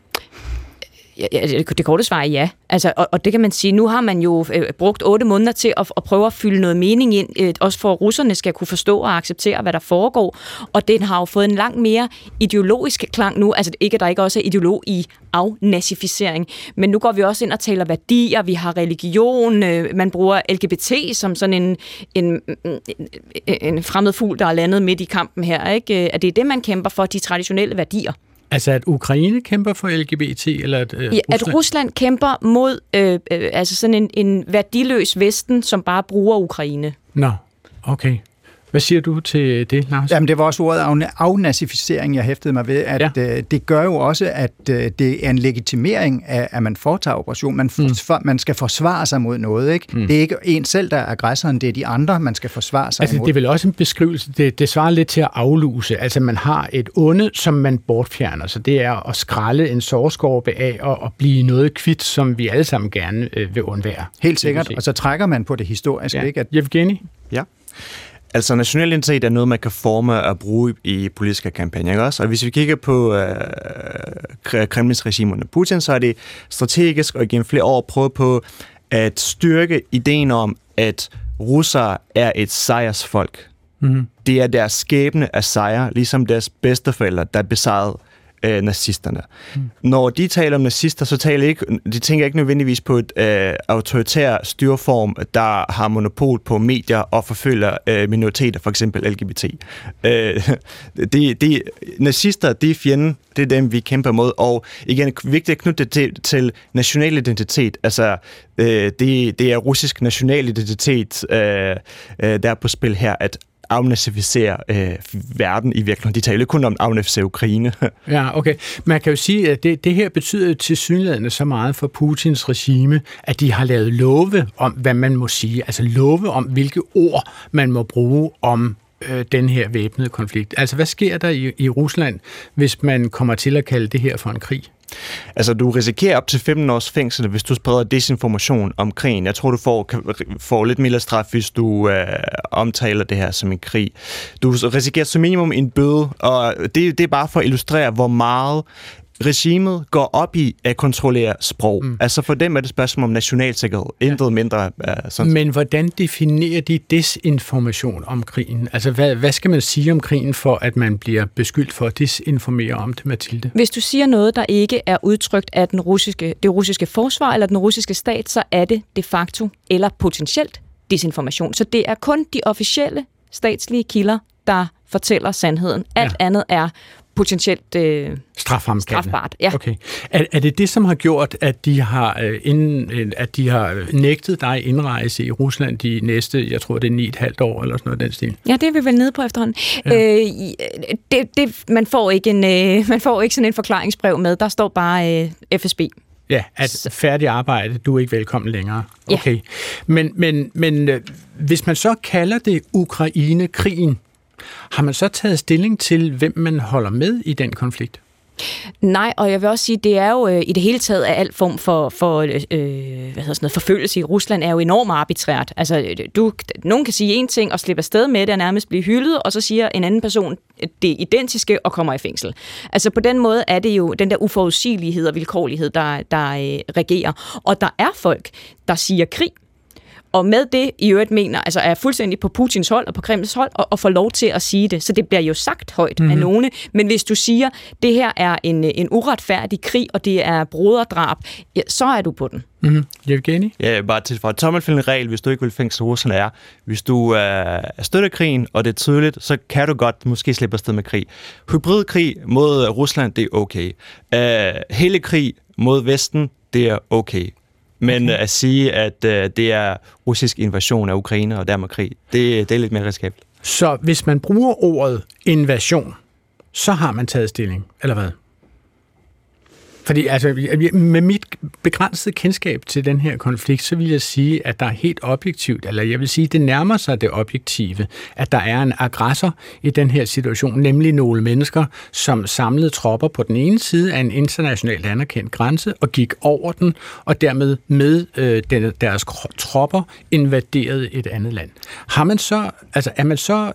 Ja, det korte svar er ja. Altså, og det kan man sige, nu har man jo brugt 8 måneder til at prøve at fylde noget mening ind, også for at russerne skal kunne forstå og acceptere, hvad der foregår. Og den har jo fået en langt mere ideologisk klang nu. Altså ikke, at der ikke også er ideolog i afnazificering. Men nu går vi også ind og taler værdier, vi har religion, man bruger LGBT som sådan en fremmed fugl, der er landet midt i kampen her. Ikke? At det er det, man kæmper for, de traditionelle værdier. Altså at Ukraine kæmper for LGBT, eller at Rusland? At Rusland kæmper mod altså sådan en værdiløs Vesten, som bare bruger Ukraine. Nå, okay. Hvad siger du til det, Lars? Jamen, det var også ordet afnazificering, jeg hæftede mig ved, at det gør jo også, at det er en legitimering af, at man foretager operation. Man skal forsvare sig mod noget, ikke? Det er ikke en selv, der er aggressoren, det er de andre, man skal forsvare sig imod. Det er vel også en beskrivelse, det svarer lidt til at afluse. Altså, man har et onde, som man bortfjerner, så det er at skrælle en sårskorpe af og blive noget kvidt, som vi alle sammen gerne vil undvære. Helt sikkert, og så trækker man på det historiske, ikke? Yevgeni? Ja. Altså national identitet er noget, man kan forme og bruge i politiske kampagner, ikke også? Og hvis vi kigger på Kremlins regime under Putin, så er det strategisk og gennem flere år prøvet på at styrke ideen om, at russere er et sejrsfolk. Mm-hmm. Det er deres skæbne af sejr, ligesom deres bedsteforældre, der besejrede nazisterne. Når de taler om nazister, så de tænker ikke nødvendigvis på et autoritær styreform, der har monopol på medier og forfølger minoriteter, for eksempel LGBT. Nazister, det er fjenden, det er dem, vi kæmper mod, og igen, vigtigt at knytte det til national identitet. Altså, det er russisk national identitet, der er på spil her, at afnazificere verden i virkeligheden. De taler kun om at afnazificere Ukraine. Ja, okay. Man kan jo sige, at det her betyder tilsyneladende så meget for Putins regime, at de har lavet love om, hvad man må sige. Altså love om, hvilke ord man må bruge om den her væbnede konflikt. Altså, hvad sker der i Rusland, hvis man kommer til at kalde det her for en krig? Altså, du risikerer op til 15 års fængsel, hvis du spreder desinformation om krigen. Jeg tror, du får lidt mindre straf, hvis du omtaler det her som en krig. Du risikerer som minimum en bøde, og det er bare for at illustrere, hvor meget regimet går op i at kontrollere sprog. Altså for dem er det spørgsmål om nationalsikkerhed. Intet mindre. Sådan. Men hvordan definerer de desinformation om krigen? Altså hvad skal man sige om krigen, for at man bliver beskyldt for at desinformere om det, Mathilde? Hvis du siger noget, der ikke er udtrykt af det russiske forsvar eller den russiske stat, så er det de facto eller potentielt desinformation. Så det er kun de officielle statslige kilder, der fortæller sandheden. Alt andet er potentielt strafbart. Ja. Okay. Er det det, som har gjort, at de har nægtet dig indrejse i Rusland de næste, jeg tror det er 9,5 år eller sådan noget den stil? Ja, det er vi vel nede på efterhånden. Ja. Man får ikke sådan en forklaringsbrev med. Der står bare FSB. Ja, at færdig arbejde, du er ikke velkommen længere. Okay. Ja. Men hvis man så kalder det Ukraine-krigen, har man så taget stilling til, hvem man holder med i den konflikt? Nej, og jeg vil også sige, det er jo i det hele taget af al form for forfølgelse i Rusland er jo enormt arbitrært. Altså, nogen kan sige en ting og slippe afsted med det og nærmest blive hyldet, og så siger en anden person det identiske og kommer i fængsel. Altså på den måde er det jo den der uforudsigelighed og vilkårlighed, der regerer. Og der er folk, der siger krig, og med det i øvrigt mener, altså er fuldstændig på Putins hold og på Kremls hold, og får lov til at sige det. Så det bliver jo sagt højt af nogle. Men hvis du siger, det her er en uretfærdig krig, og det er broderdrab, ja, så er du på den. Evgeni? Ja, bare til for tommelfindende regel, hvis du ikke vil fængsle russerne er, hvis du støtter krigen, og det er tydeligt, så kan du godt måske slippe afsted med krig. Hybridkrig mod Rusland, det er okay. Hele krig mod Vesten, det er okay. Men at sige, at det er russisk invasion af Ukraine og dermed krig, det er lidt mere risikabelt. Så hvis man bruger ordet invasion, så har man taget stilling, eller hvad? Fordi altså, med mit begrænsede kendskab til den her konflikt, så vil jeg sige, at der er helt objektivt, eller jeg vil sige, det nærmer sig det objektive, at der er en aggressor i den her situation, nemlig nogle mennesker, som samlede tropper på den ene side af en internationalt anerkendt grænse og gik over den, og dermed med deres tropper invaderede et andet land. Har man så, altså er man så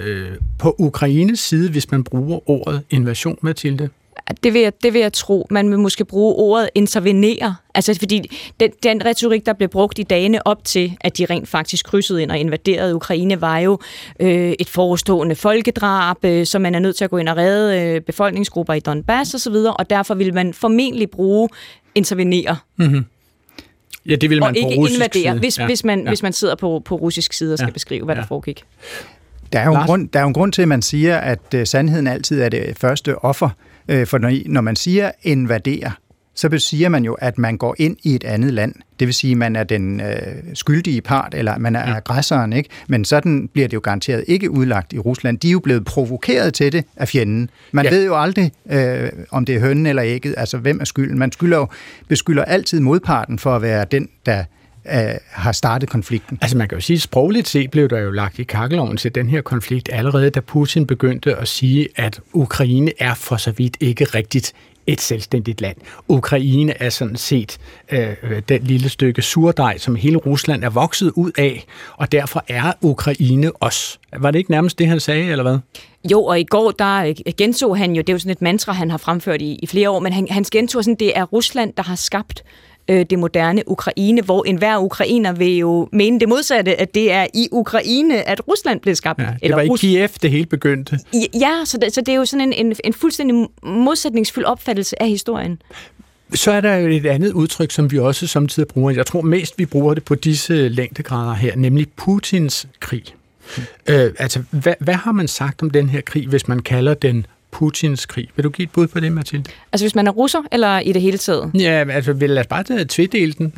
på Ukraines side, hvis man bruger ordet invasion, Mathilde? Det vil jeg tro. Man vil måske bruge ordet intervenere. Altså fordi den retorik, der blev brugt i dagene op til, at de rent faktisk krydsede ind og invaderede Ukraine, var jo et forestående folkedrab, som man er nødt til at gå ind og redde befolkningsgrupper i Donbass osv., og derfor vil man formentlig bruge intervenere. Mm-hmm. Ja, det vil man og på ikke russisk invadere, side. Hvis man sidder på russisk side og skal beskrive, hvad der foregik. Der er jo en grund til, at man siger, at sandheden altid er det første offer. For når man siger invadere, så siger man jo, at man går ind i et andet land. Det vil sige, at man er den skyldige part, eller man er aggressoren, ikke? Men sådan bliver det jo garanteret ikke udlagt i Rusland. De er jo blevet provokeret til det af fjenden. Man ved jo aldrig, om det er hønnen eller ægget, altså hvem er skylden. Man beskylder altid modparten for at være den, der har startet konflikten. Altså man kan jo sige, sprogligt set blev der jo lagt i kakkelovnen til den her konflikt allerede, da Putin begyndte at sige, at Ukraine er for så vidt ikke rigtigt et selvstændigt land. Ukraine er sådan set den lille stykke surdej, som hele Rusland er vokset ud af, og derfor er Ukraine os. Var det ikke nærmest det, han sagde, eller hvad? Jo, og i går, der gentog han jo, det er jo sådan et mantra, han har fremført i flere år, men han gentog sådan, det er Rusland, der har skabt det moderne Ukraine, hvor enhver ukrainer vil jo mene det modsatte, at det er i Ukraine, at Rusland blev skabt. Ja, det var i Kiev, det hele begyndte. Ja, så det er jo sådan en fuldstændig modsætningsfuld opfattelse af historien. Så er der jo et andet udtryk, som vi også samtidig bruger. Jeg tror mest, vi bruger det på disse længdegrader her, nemlig Putins krig. Altså, hvad har man sagt om den her krig, hvis man kalder den Putins krig? Vil du give et bud på det, Mathilde? Altså hvis man er russer, eller i det hele taget? Ja, altså lad os bare tvedele den.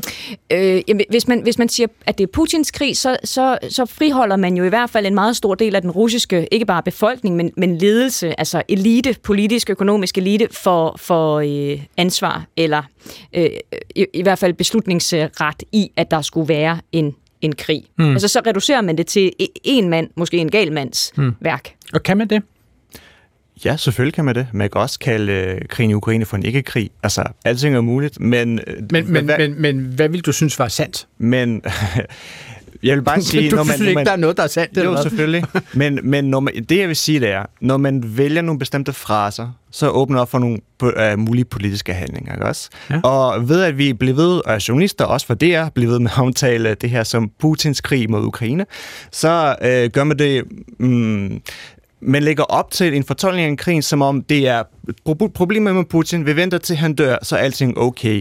Hvis man siger, at det er Putins krig, så friholder man jo i hvert fald en meget stor del af den russiske, ikke bare befolkning, men ledelse, altså elite, politisk, økonomisk elite, for ansvar, eller i hvert fald beslutningsret i, at der skulle være en krig. Altså så reducerer man det til en mand, måske en gal mands værk. Og kan man det? Ja, selvfølgelig kan man det. Man kan også kalde krigen i Ukraine for en ikke-krig. Altså, alting er muligt, men... Men hvad vil du synes var sandt? Men Jeg vil bare sige... Du synes ikke, der er noget, der er sandt? Jo, selvfølgelig. Men det, jeg vil sige, det er, når man vælger nogle bestemte fraser, så åbner op for nogle mulige politiske handlinger, ikke også? Ja. Og ved at vi bliver ved, og journalister også for DR, bliver ved med at omtale det her som Putins krig mod Ukraine, så gør man det... Man lægger op til en fortolkning af krigen, som om det er problemer med Putin. Vi venter til han dør, så er alting okay.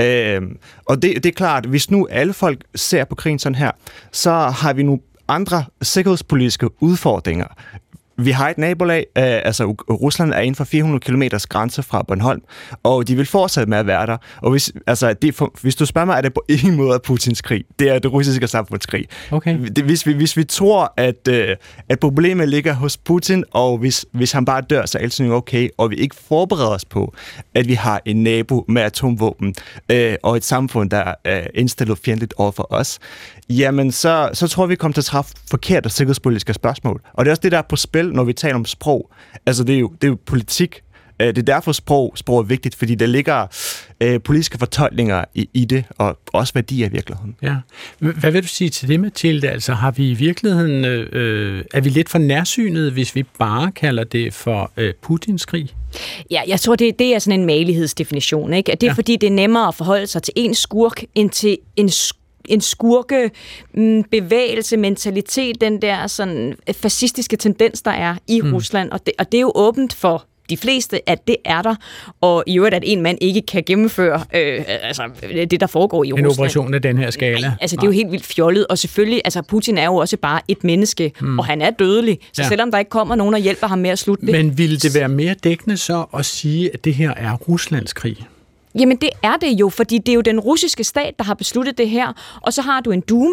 Og det er klart, hvis nu alle folk ser på krigen sådan her, så har vi nogle andre sikkerhedspolitiske udfordringer. Vi har et nabolag, altså Rusland er inden for 400 kilometers grænse fra Bornholm, og de vil fortsætte med at være der. Og hvis du spørger mig, er det på ingen måde Putins krig. Det er det russiske samfundskrig. Okay. Hvis vi tror, at problemet ligger hos Putin, og hvis han bare dør, så er alting okay, og vi ikke forbereder os på, at vi har en nabo med atomvåben, og et samfund, der er indstillet fjendtligt over for os, jamen så tror vi kommer til at træffe forkerte sikkerhedspolitiske spørgsmål. Og det er også det, der er på spil, når vi taler om sprog. Altså, det er jo politik. Det er derfor sprog er vigtigt, fordi der ligger politiske fortolkninger i det, og også værdier i virkeligheden. Ja. Hvad vil du sige til det, Mathilde? Altså, har vi i virkeligheden, er vi lidt for nærsynet, hvis vi bare kalder det for Putins krig? Ja, jeg tror, det er sådan en malighedsdefinition, ikke? Det er fordi, det er nemmere at forholde sig til en skurk, end til en skurkebevægelse, mentalitet, den der sådan fascistiske tendens, der er i Rusland. Og det er jo åbent for de fleste, at det er der, og i øvrigt, at en mand ikke kan gennemføre det, der foregår i Rusland. En operation af den her skala. Nej, altså det er jo helt vildt fjollet, og selvfølgelig, altså Putin er jo også bare et menneske, og han er dødelig, så selvom der ikke kommer nogen og hjælper ham med at slutte det. Men ville det være mere dækkende så at sige, at det her er Ruslands krig? Jamen det er det jo, fordi det er jo den russiske stat, der har besluttet det her, og så har du en Duma,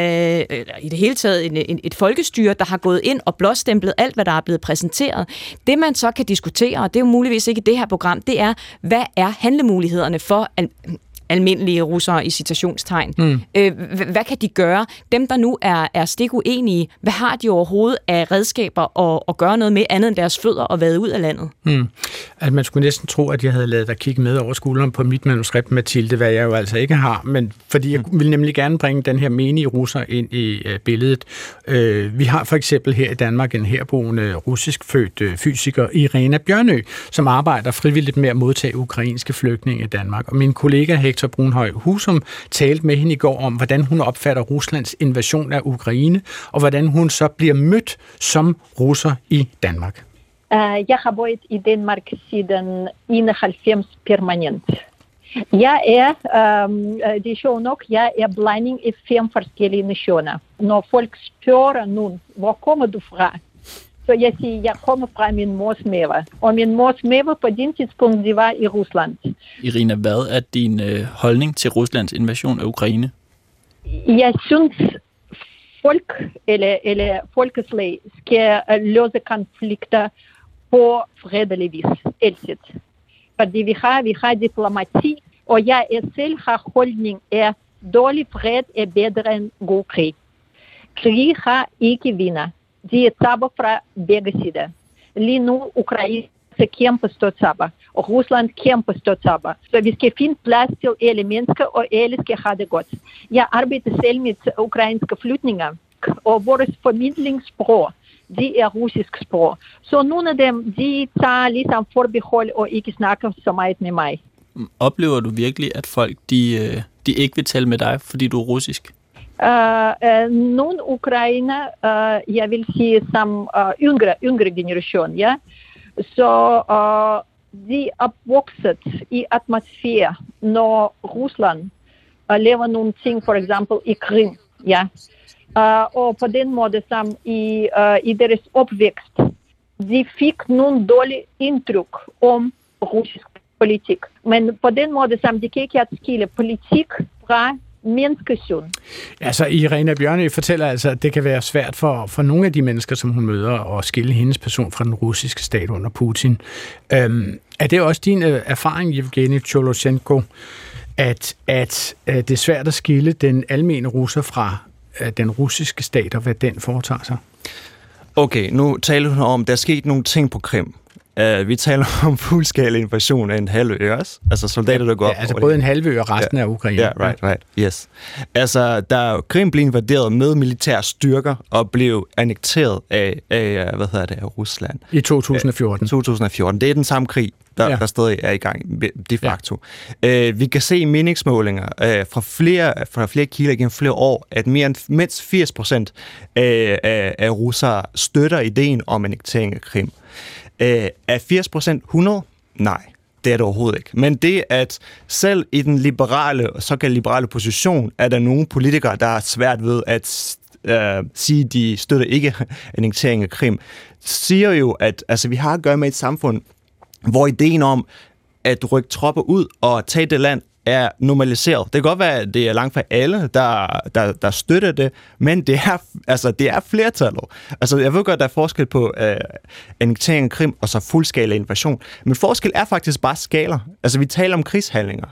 i det hele taget et folkestyre, der har gået ind og blåstemplet alt, hvad der er blevet præsenteret. Det man så kan diskutere, og det er jo muligvis ikke i det her program, det er, hvad er handlemulighederne for almindelige russere i citationstegn. Hvad kan de gøre? Dem, der nu er stikuenige, hvad har de overhovedet af redskaber at gøre noget med andet end deres fødder og vade ud af landet? Altså, man skulle næsten tro, at jeg havde lavet dig kigge med over skulderen på mit manuskript, Mathilde, hvad jeg jo altså ikke har, men fordi jeg vil nemlig gerne bringe den her menige russer ind i billedet. Vi har for eksempel her i Danmark en herboende russisk født fysiker, Irina Bjørnø, som arbejder frivilligt med at modtage ukrainske flygtninge i Danmark. Og min kollega Hector Brunhøj Husum talte med hende i går om, hvordan hun opfatter Ruslands invasion af Ukraine, og hvordan hun så bliver mødt som russer i Danmark. Jeg har boet i Danmark siden 91 permanent. Jeg er, det er sjovt nok, jeg er blanding af 5 forskellige nationer. Når folk spørger nu, hvor kommer du fra? Så jeg siger, jeg kommer fra min mors mave. Og min mors mave på det tidspunkt, det var i Rusland. Irina, hvad er din holdning til Ruslands invasion af Ukraine? Jeg synes, folk eller folkeslag skal løse konflikter på fredelig vis. Altid. Fordi vi har diplomati, og jeg selv har holdning af dårlig fred er bedre end god krig. Krig har ikke vinder. De er taber fra begge sider. Lige nu Ukraine kæmper stort taber, og Rusland kæmper stort taber. Så vi skal finde plads til alle mennesker, og alle skal have det godt. Jeg arbejder selv med ukrainske flygtninger, og vores formidlingssprog, det er russisk sprog. Så nogle af dem, de tager ligesom forbehold og ikke snakker så meget med mig. Oplever du virkelig, at folk de ikke vil tale med dig, fordi du er russisk? Nogle ukrainer, jeg vil sige som yngre generation, ja, så de er opvokset i atmosfære, når Rusland laver nogle ting, for eksempel i Krim, ja, og på den måde som i deres opvækst, de fik nogle dårlige indtryk om russisk politik, men på den måde som de kan ikke adskille politik fra menneskesyn. Altså, Irina Bjørnø fortæller altså, at det kan være svært for nogle af de mennesker, som hun møder, at skille hendes person fra den russiske stat under Putin. Er det også din erfaring, Evgeni Choloshenko, at det er svært at skille den almene russer fra den russiske stat, og hvad den foretager sig? Okay, nu taler hun om, at der er sket nogle ting på Krim. Vi taler om fuldskala invasion af en halvø også. Altså soldater, der går op. Ja, altså både en halvø og resten af Ukraine. Ja, right, yes. Altså, da Krim blev invaderet med militære styrker og blev annekteret af Rusland. I 2014. 2014. Det er den samme krig, der stadig er i gang de facto. Ja. Vi kan se meningsmålinger fra flere kilder gennem flere år, at mindst 80% af russere støtter ideen om annektering af Krim. Er 80% 100? Nej, det er det overhovedet ikke. Men det, at selv i den såkaldt liberale position, er der nogle politikere, der er svært ved at sige, de støtter ikke annektering af Krim, siger jo, at vi har at gøre med et samfund, hvor ideen om at rykke tropper ud og tage det land er normaliseret. Det kan godt være, at det er langt fra alle, der støtter det, men det er flertallet. Altså, jeg ved godt, der er forskel på annektering af Krim og så fuldskala invasion, men forskel er faktisk bare skaler. Altså, vi taler om krigshandlinger.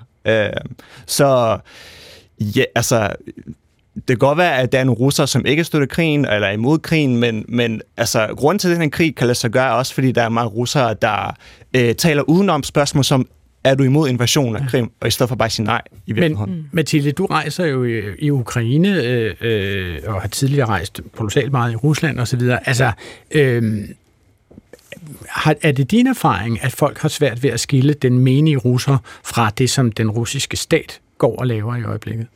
Det kan godt være, at der er nogle russere, som ikke støtter krigen, eller er imod krigen, men grunden til, at den her krig kan lade sig gøre, også fordi der er mange russere, der taler udenom spørgsmål som, er du imod invasionen af Krim, og i stedet for bare at sige nej i virkeligheden. Men Mathilde, du rejser jo i Ukraine, og har tidligere rejst kolossalt meget i Rusland osv. Altså, er det din erfaring, at folk har svært ved at skille den menige russer fra det, som den russiske stat går og laver i øjeblikket?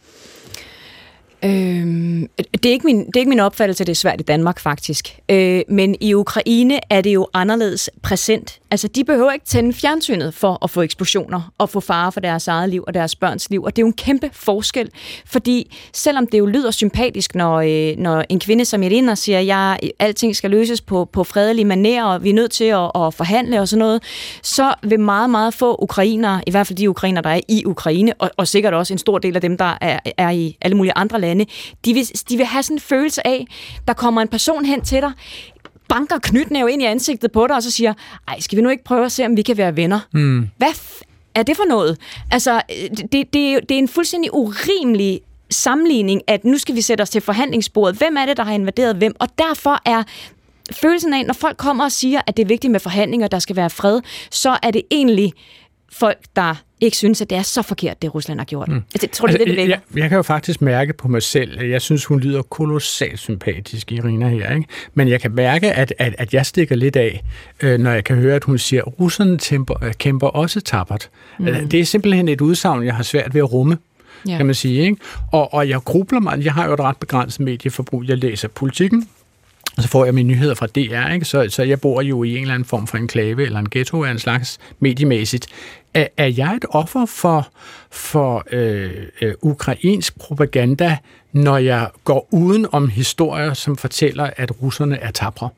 Det er ikke min opfattelse, at det er svært i Danmark faktisk. Men i Ukraine er det jo anderledes præsent. Altså, de behøver ikke tænde fjernsynet for at få eksplosioner og få fare for deres eget liv og deres børns liv. Og det er jo en kæmpe forskel, fordi selvom det jo lyder sympatisk, når en kvinde som Irina siger, at alting skal løses på fredelige manerer, og vi er nødt til at forhandle og sådan noget, så vil meget, meget få ukrainere, i hvert fald de ukrainere, der er i Ukraine, og sikkert også en stor del af dem, der er i alle mulige andre lande, de vil have sådan en følelse af, der kommer en person hen til dig, banker knytnæve ind i ansigtet på dig, og så siger, ej, skal vi nu ikke prøve at se, om vi kan være venner? Hvad er det for noget? Altså, det er en fuldstændig urimelig sammenligning, at nu skal vi sætte os til forhandlingsbordet. Hvem er det, der har invaderet hvem? Og derfor er følelsen af, når folk kommer og siger, at det er vigtigt med forhandlinger, der skal være fred, så er det egentlig folk, der ikke synes, at det er så forkert, det Rusland har gjort. Altså, tror du, det jeg kan jo faktisk mærke på mig selv, jeg synes, hun lyder kolossalt sympatisk, Irina her, ikke? Men jeg kan mærke, at jeg stikker lidt af, når jeg kan høre, at hun siger, at russerne kæmper også tappert. Det er simpelthen et udsagn, jeg har svært ved at rumme, kan man sige, ikke? Og jeg grubler mig, jeg har jo et ret begrænset medieforbrug, jeg læser Politikken, og så får jeg mine nyheder fra DR, ikke? Så jeg bor jo i en eller anden form for enklave eller en ghetto af en slags mediemæssigt. Er jeg et offer for ukrainsk propaganda, når jeg går uden om historier, som fortæller, at russerne er tapre?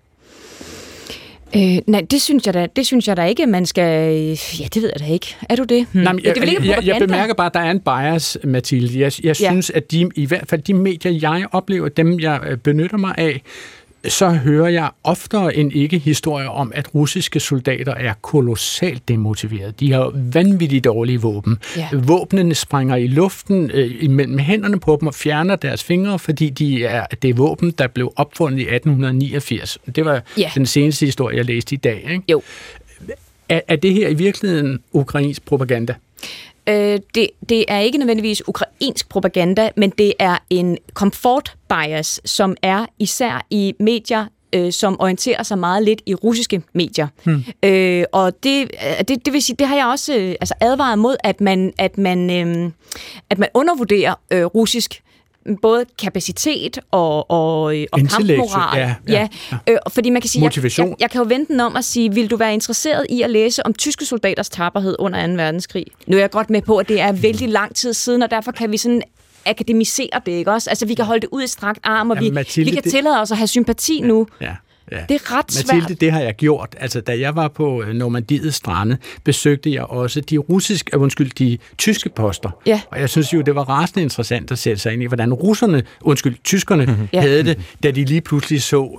Nej, det synes jeg da ikke, man skal... Ja, det ved jeg da ikke. Er du det? Nej, men jeg bemærker bare, at der er en bias, Mathilde. Jeg synes, at i hvert fald de medier, jeg oplever, dem jeg benytter mig af, så hører jeg oftere end ikke historier om, at russiske soldater er kolossalt demotiverede. De har vanvittigt dårlige våben. Ja. Våbnene springer i luften imellem hænderne på dem og fjerner deres fingre, fordi det er våben, der blev opfundet i 1889. Det var den seneste historie, jeg læste i dag. Ikke? Jo. Er det her i virkeligheden ukrainsk propaganda? Det er ikke nødvendigvis ukrainsk propaganda, men det er en comfort bias, som er især i medier, som orienterer sig meget lidt i russiske medier. Og det vil sige, det har jeg også advaret mod, at man undervurderer russisk både kapacitet og kampmoral. Ja. Fordi man kan sige, jeg kan jo vente den om at sige, vil du være interesseret i at læse om tyske soldaters tapperhed under 2. verdenskrig? Nu er jeg godt med på, at det er vældig lang tid siden, og derfor kan vi sådan akademisere det, ikke også? Altså, vi kan holde det ud i strakt arm, og vi kan tillade os at have sympati nu. Ja. Ja. Det er ret svært. Mathilde, det har jeg gjort. Altså, da jeg var på Normandiets strande, besøgte jeg også de tyske poster. Ja. Og jeg synes jo, det var rasende interessant at sætte sig ind i, hvordan tyskerne havde det, da de lige pludselig så,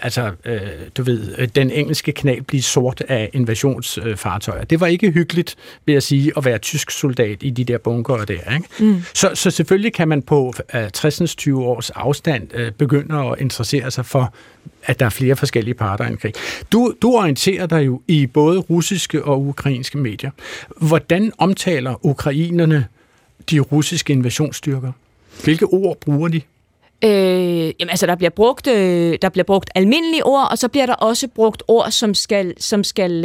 den engelske kanal blive sort af invasionsfartøjer. Det var ikke hyggeligt, vil jeg sige, at være tysk soldat i de der bunkere der. Ikke? Så selvfølgelig kan man på 60-20 års afstand begynde at interessere sig for, at der er flere flere forskellige parter i en krig. Du orienterer dig jo i både russiske og ukrainske medier. Hvordan omtaler ukrainerne de russiske invasionsstyrker? Hvilke ord bruger de? Jamen, altså, der bliver brugt almindelige ord, og så bliver der også brugt ord, som skal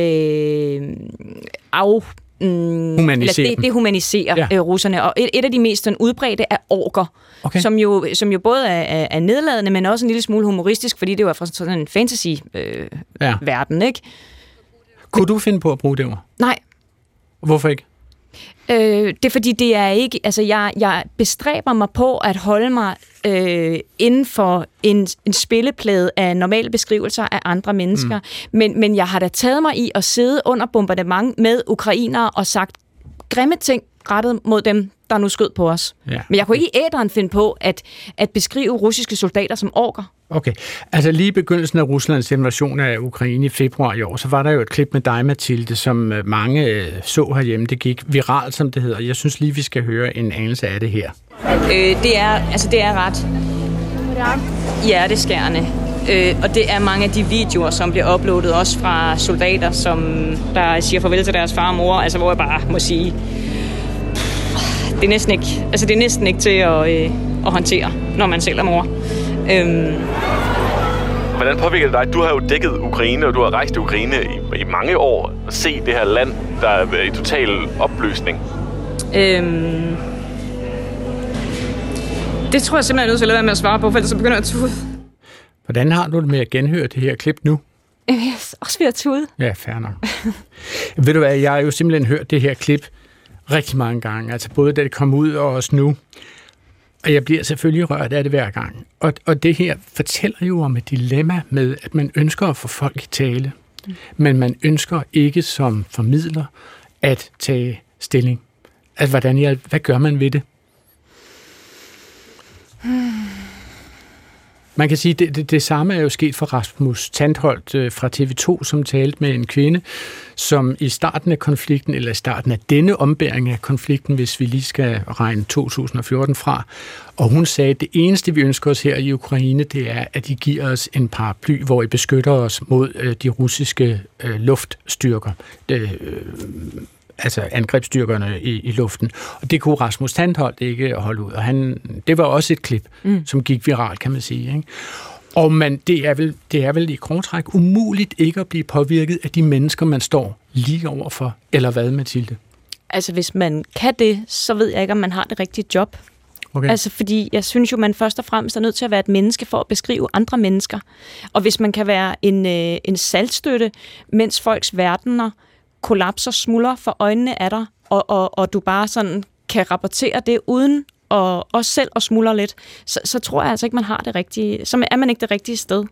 dehumanisere russerne. Og et af de mest sådan, udbredte er orker, okay. som jo både er nedladende, men også en lille smule humoristisk, fordi det var fra sådan en fantasy-verden, ikke? Kunne du finde på at bruge det ord? Nej. Hvorfor ikke? Det er fordi, det er ikke... Altså, jeg bestræber mig på at holde mig inden for en spilleplade af normale beskrivelser af andre mennesker. Men jeg har da taget mig i at sidde under bombardement med ukrainere og sagt grimme ting rettet mod dem, der nu skød på os. Ja. Men jeg kunne ikke i æteren finde på at beskrive russiske soldater som orker. Okay. Altså lige i begyndelsen af Ruslands invasion af Ukraine i februar i år, så var der jo et klip med dig, Mathilde, som mange så herhjemme. Det gik viralt, som det hedder. Jeg synes lige, vi skal høre en anelse af det her. Det er ret hjerteskærende. Og det er mange af de videoer, som bliver uploadet også fra soldater, der siger farvel til deres far og mor, altså hvor jeg bare må sige, det er næsten ikke til at håndtere, når man selv er mor. Hvordan påvirker det dig? Du har jo dækket Ukraine, og du har rejst i Ukraine i mange år og set det her land, der er i total opløsning. Det tror jeg simpelthen er nødt til at lade være med at svare på, for ellers så begynder jeg at tude. Hvordan har du det med at genhøre det her klip nu? Jeg er også ved at tude. Ja, fair nok. Ved du hvad, jeg har jo simpelthen hørt det her klip rigtig mange gange. Altså både da det kom ud og også nu. Og jeg bliver selvfølgelig rørt af det hver gang. Og det her fortæller jo om et dilemma med, at man ønsker at få folk i tale, men man ønsker ikke som formidler at tage stilling. Altså, hvad gør man ved det? Man kan sige, at det samme er jo sket for Rasmus Tandholt fra TV2, som talte med en kvinde, som i starten af konflikten, eller i starten af denne ombæring af konflikten, hvis vi lige skal regne 2014 fra, og hun sagde, at det eneste, vi ønsker os her i Ukraine, det er, at de giver os en paraply, hvor I beskytter os mod de russiske luftstyrker. Altså angrebsstyrkerne i luften. Og det kunne Rasmus Tandholt ikke holde ud. Og det var også et klip, som gik viralt, kan man sige. Ikke? Og det er vel i kortræk umuligt ikke at blive påvirket af de mennesker, man står lige overfor. Eller hvad, Mathilde? Altså, hvis man kan det, så ved jeg ikke, om man har det rigtige job. Okay. Altså, fordi jeg synes jo, man først og fremmest er nødt til at være et menneske for at beskrive andre mennesker. Og hvis man kan være en saltstøtte, mens folks verdener kollapser, smuldrer for øjnene af dig, og du bare sådan kan rapportere det uden også selv at smuldre lidt, så tror jeg altså ikke, man har det rigtige, så er man ikke det rigtige sted.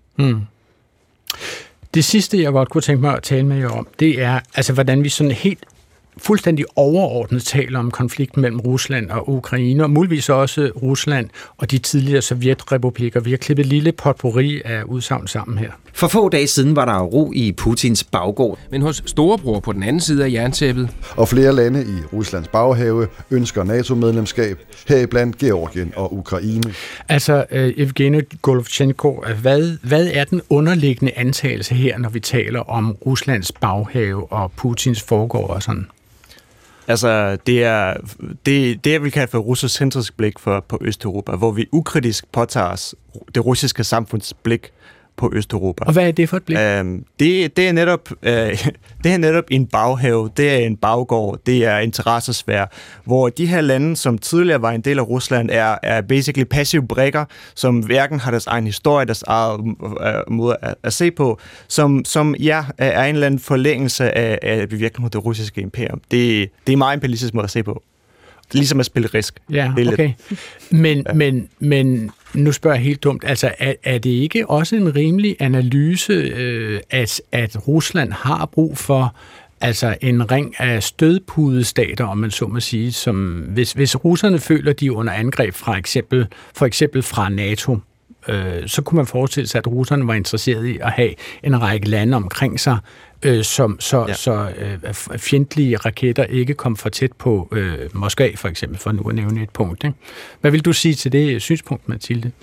Det sidste, jeg godt kunne tænke mig at tale med jer om, det er, altså, hvordan vi sådan helt fuldstændig overordnet taler om konflikten mellem Rusland og Ukraine, og muligvis også Rusland og de tidligere sovjetrepublikker. Vi har klippet et lille potpourri af udsagn sammen her. For få dage siden var der ro i Putins baggård. Men hos storebror på den anden side af jerntæppet. Og flere lande i Ruslands baghave ønsker NATO-medlemskab, heriblandt Georgien og Ukraine. Altså, Evgeny Golovchenko, hvad er den underliggende antagelse her, når vi taler om Ruslands baghave og Putins forgård og sådan? Altså, det er vi kalder for russocentrisk blik på Østeuropa, hvor vi ukritisk påtager os det russiske samfunds blik på Østeuropa. Og hvad er det for et blik? Det er netop en baghave, det er en baggård, det er interessesfære, hvor de her lande, som tidligere var en del af Rusland, er basically passive brikker, som hverken har deres egen historie, deres eget måde at se på, som er en eller anden forlængelse af bevirkningen af det russiske imperium. Det er meget imperialistisk måde at se på. Ligesom at spille risk. Ja, okay. Men nu spørger jeg helt dumt, altså er det ikke også en rimelig analyse, at Rusland har brug for altså en ring af stødpudestater, om man så må sige, som hvis russerne føler, de er under angreb for eksempel fra NATO, så kunne man forestille sig, at russerne var interesserede i at have en række lande omkring sig, så fjendtlige raketter ikke kom for tæt på Moskva, for eksempel, for nu at nævne et punkt. Ikke? Hvad vil du sige til det synspunkt, Mathilde?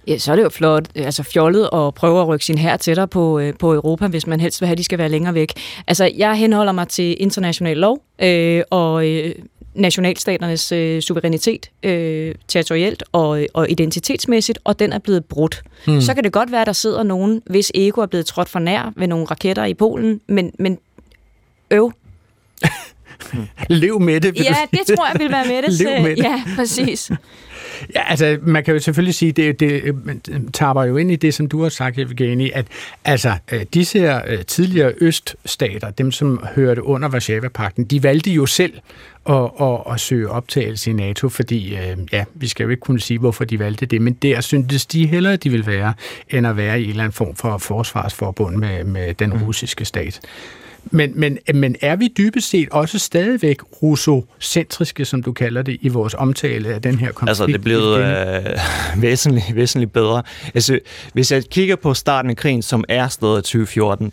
Ja, så er det jo flot, altså fjollet at prøve at rykke sin hær tættere på Europa, hvis man helst vil have, at de skal være længere væk. Altså, jeg henholder mig til international lov og nationalstaternes suverænitet territorielt og identitetsmæssigt, og den er blevet brudt. Så kan det godt være, at der sidder nogen, hvis ego er blevet trådt for nær ved nogle raketter i Polen, men Lev med det. Ja, det tror jeg vil være med det. Lev med det. Ja, præcis. Ja, altså, man kan jo selvfølgelig sige, det taber jo ind i det, som du har sagt, Evgeni, at altså, disse her tidligere øststater, dem som hørte under Warszava-pagten, de valgte jo selv at søge optagelse i NATO, fordi, vi skal jo ikke kunne sige, hvorfor de valgte det, men der syntes de hellere, de ville være, end at være i en eller anden form for forsvarsforbund med den russiske stat. Men er vi dybest set også stadigvæk russocentriske, som du kalder det, i vores omtale af den her konflikt? Altså, det er blevet væsentligt bedre. Altså, hvis jeg kigger på starten af krigen, som er stedet 2014,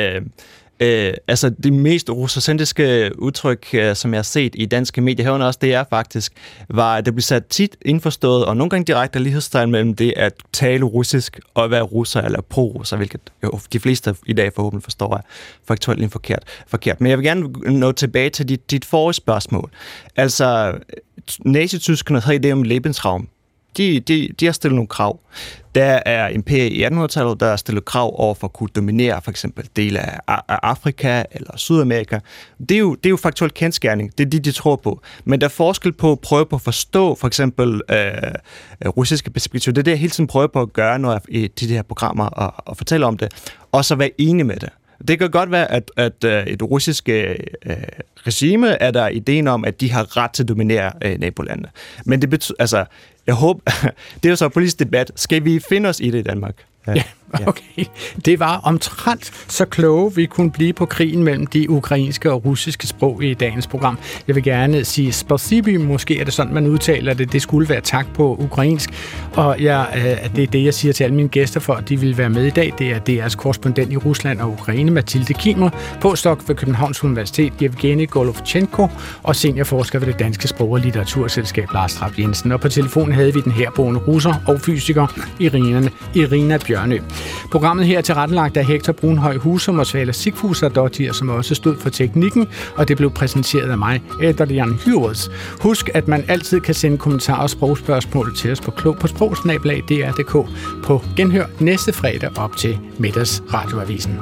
altså det mest russocentriske udtryk, som jeg har set i danske medier herunder også, det er faktisk, var, at det blev sat tit indforstået, og nogle gange direkte lighedstegn mellem det at tale russisk og være russer eller pro-russer, hvilket jo de fleste i dag forhåbentlig forstår er faktuelt forkert. Men jeg vil gerne nå tilbage til dit forrige spørgsmål. Altså, nazi-tyskerne havde idé om Lebensraum. De har stillet nogle krav. Der er imperiet i 1800-tallet, der har stillet krav over for at kunne dominere for eksempel dele af Afrika eller Sydamerika. Det er jo faktuelt kendsgerning. Det er de tror på. Men der er forskel på at prøve på at forstå for eksempel russiske perspektiver. Det er det, jeg hele tiden prøver på at gøre, når jeg i de her programmer og fortæller om det. Og så være enig med det. Det kan godt være, at et russisk regime er der ideen om, at de har ret til at dominere nabolandene. Men det betyder, altså, jeg håber, det er jo så en politisk debat. Skal vi finde os i det i Danmark? Ja, okay. Det var omtrent så kloge, vi kunne blive på krigen mellem de ukrainske og russiske sprog i dagens program. Jeg vil gerne sige spasibi, måske er det sådan, man udtaler det. Det skulle være tak på ukrainsk. Og det er det, jeg siger til alle mine gæster for, at de vil være med i dag. Det er deres korrespondent i Rusland og Ukraine, Mathilde Kimmer, postdoc ved Københavns Universitet, Evgeni Golovchenko, og seniorforsker ved det Danske Sprog- og Litteraturselskab, Lars Trapp Jensen. Og på telefonen havde vi den herboende russer og fysiker Irina Bjørnø. Programmet her er tilrettelagt af Hector Brunhøj Husum og Svala Sigfusardottir, som også stod for teknikken, og det blev præsenteret af mig, Adrian Hughes. Husk, at man altid kan sende kommentarer og sprogspørgsmål til os på klog-på-sprog@dr.dk på genhør næste fredag op til Middagsradioavisen.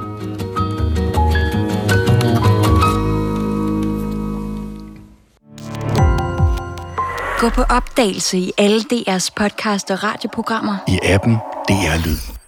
Gå på opdagelse i alle DR's podcast og radioprogrammer. I appen DR Lyd.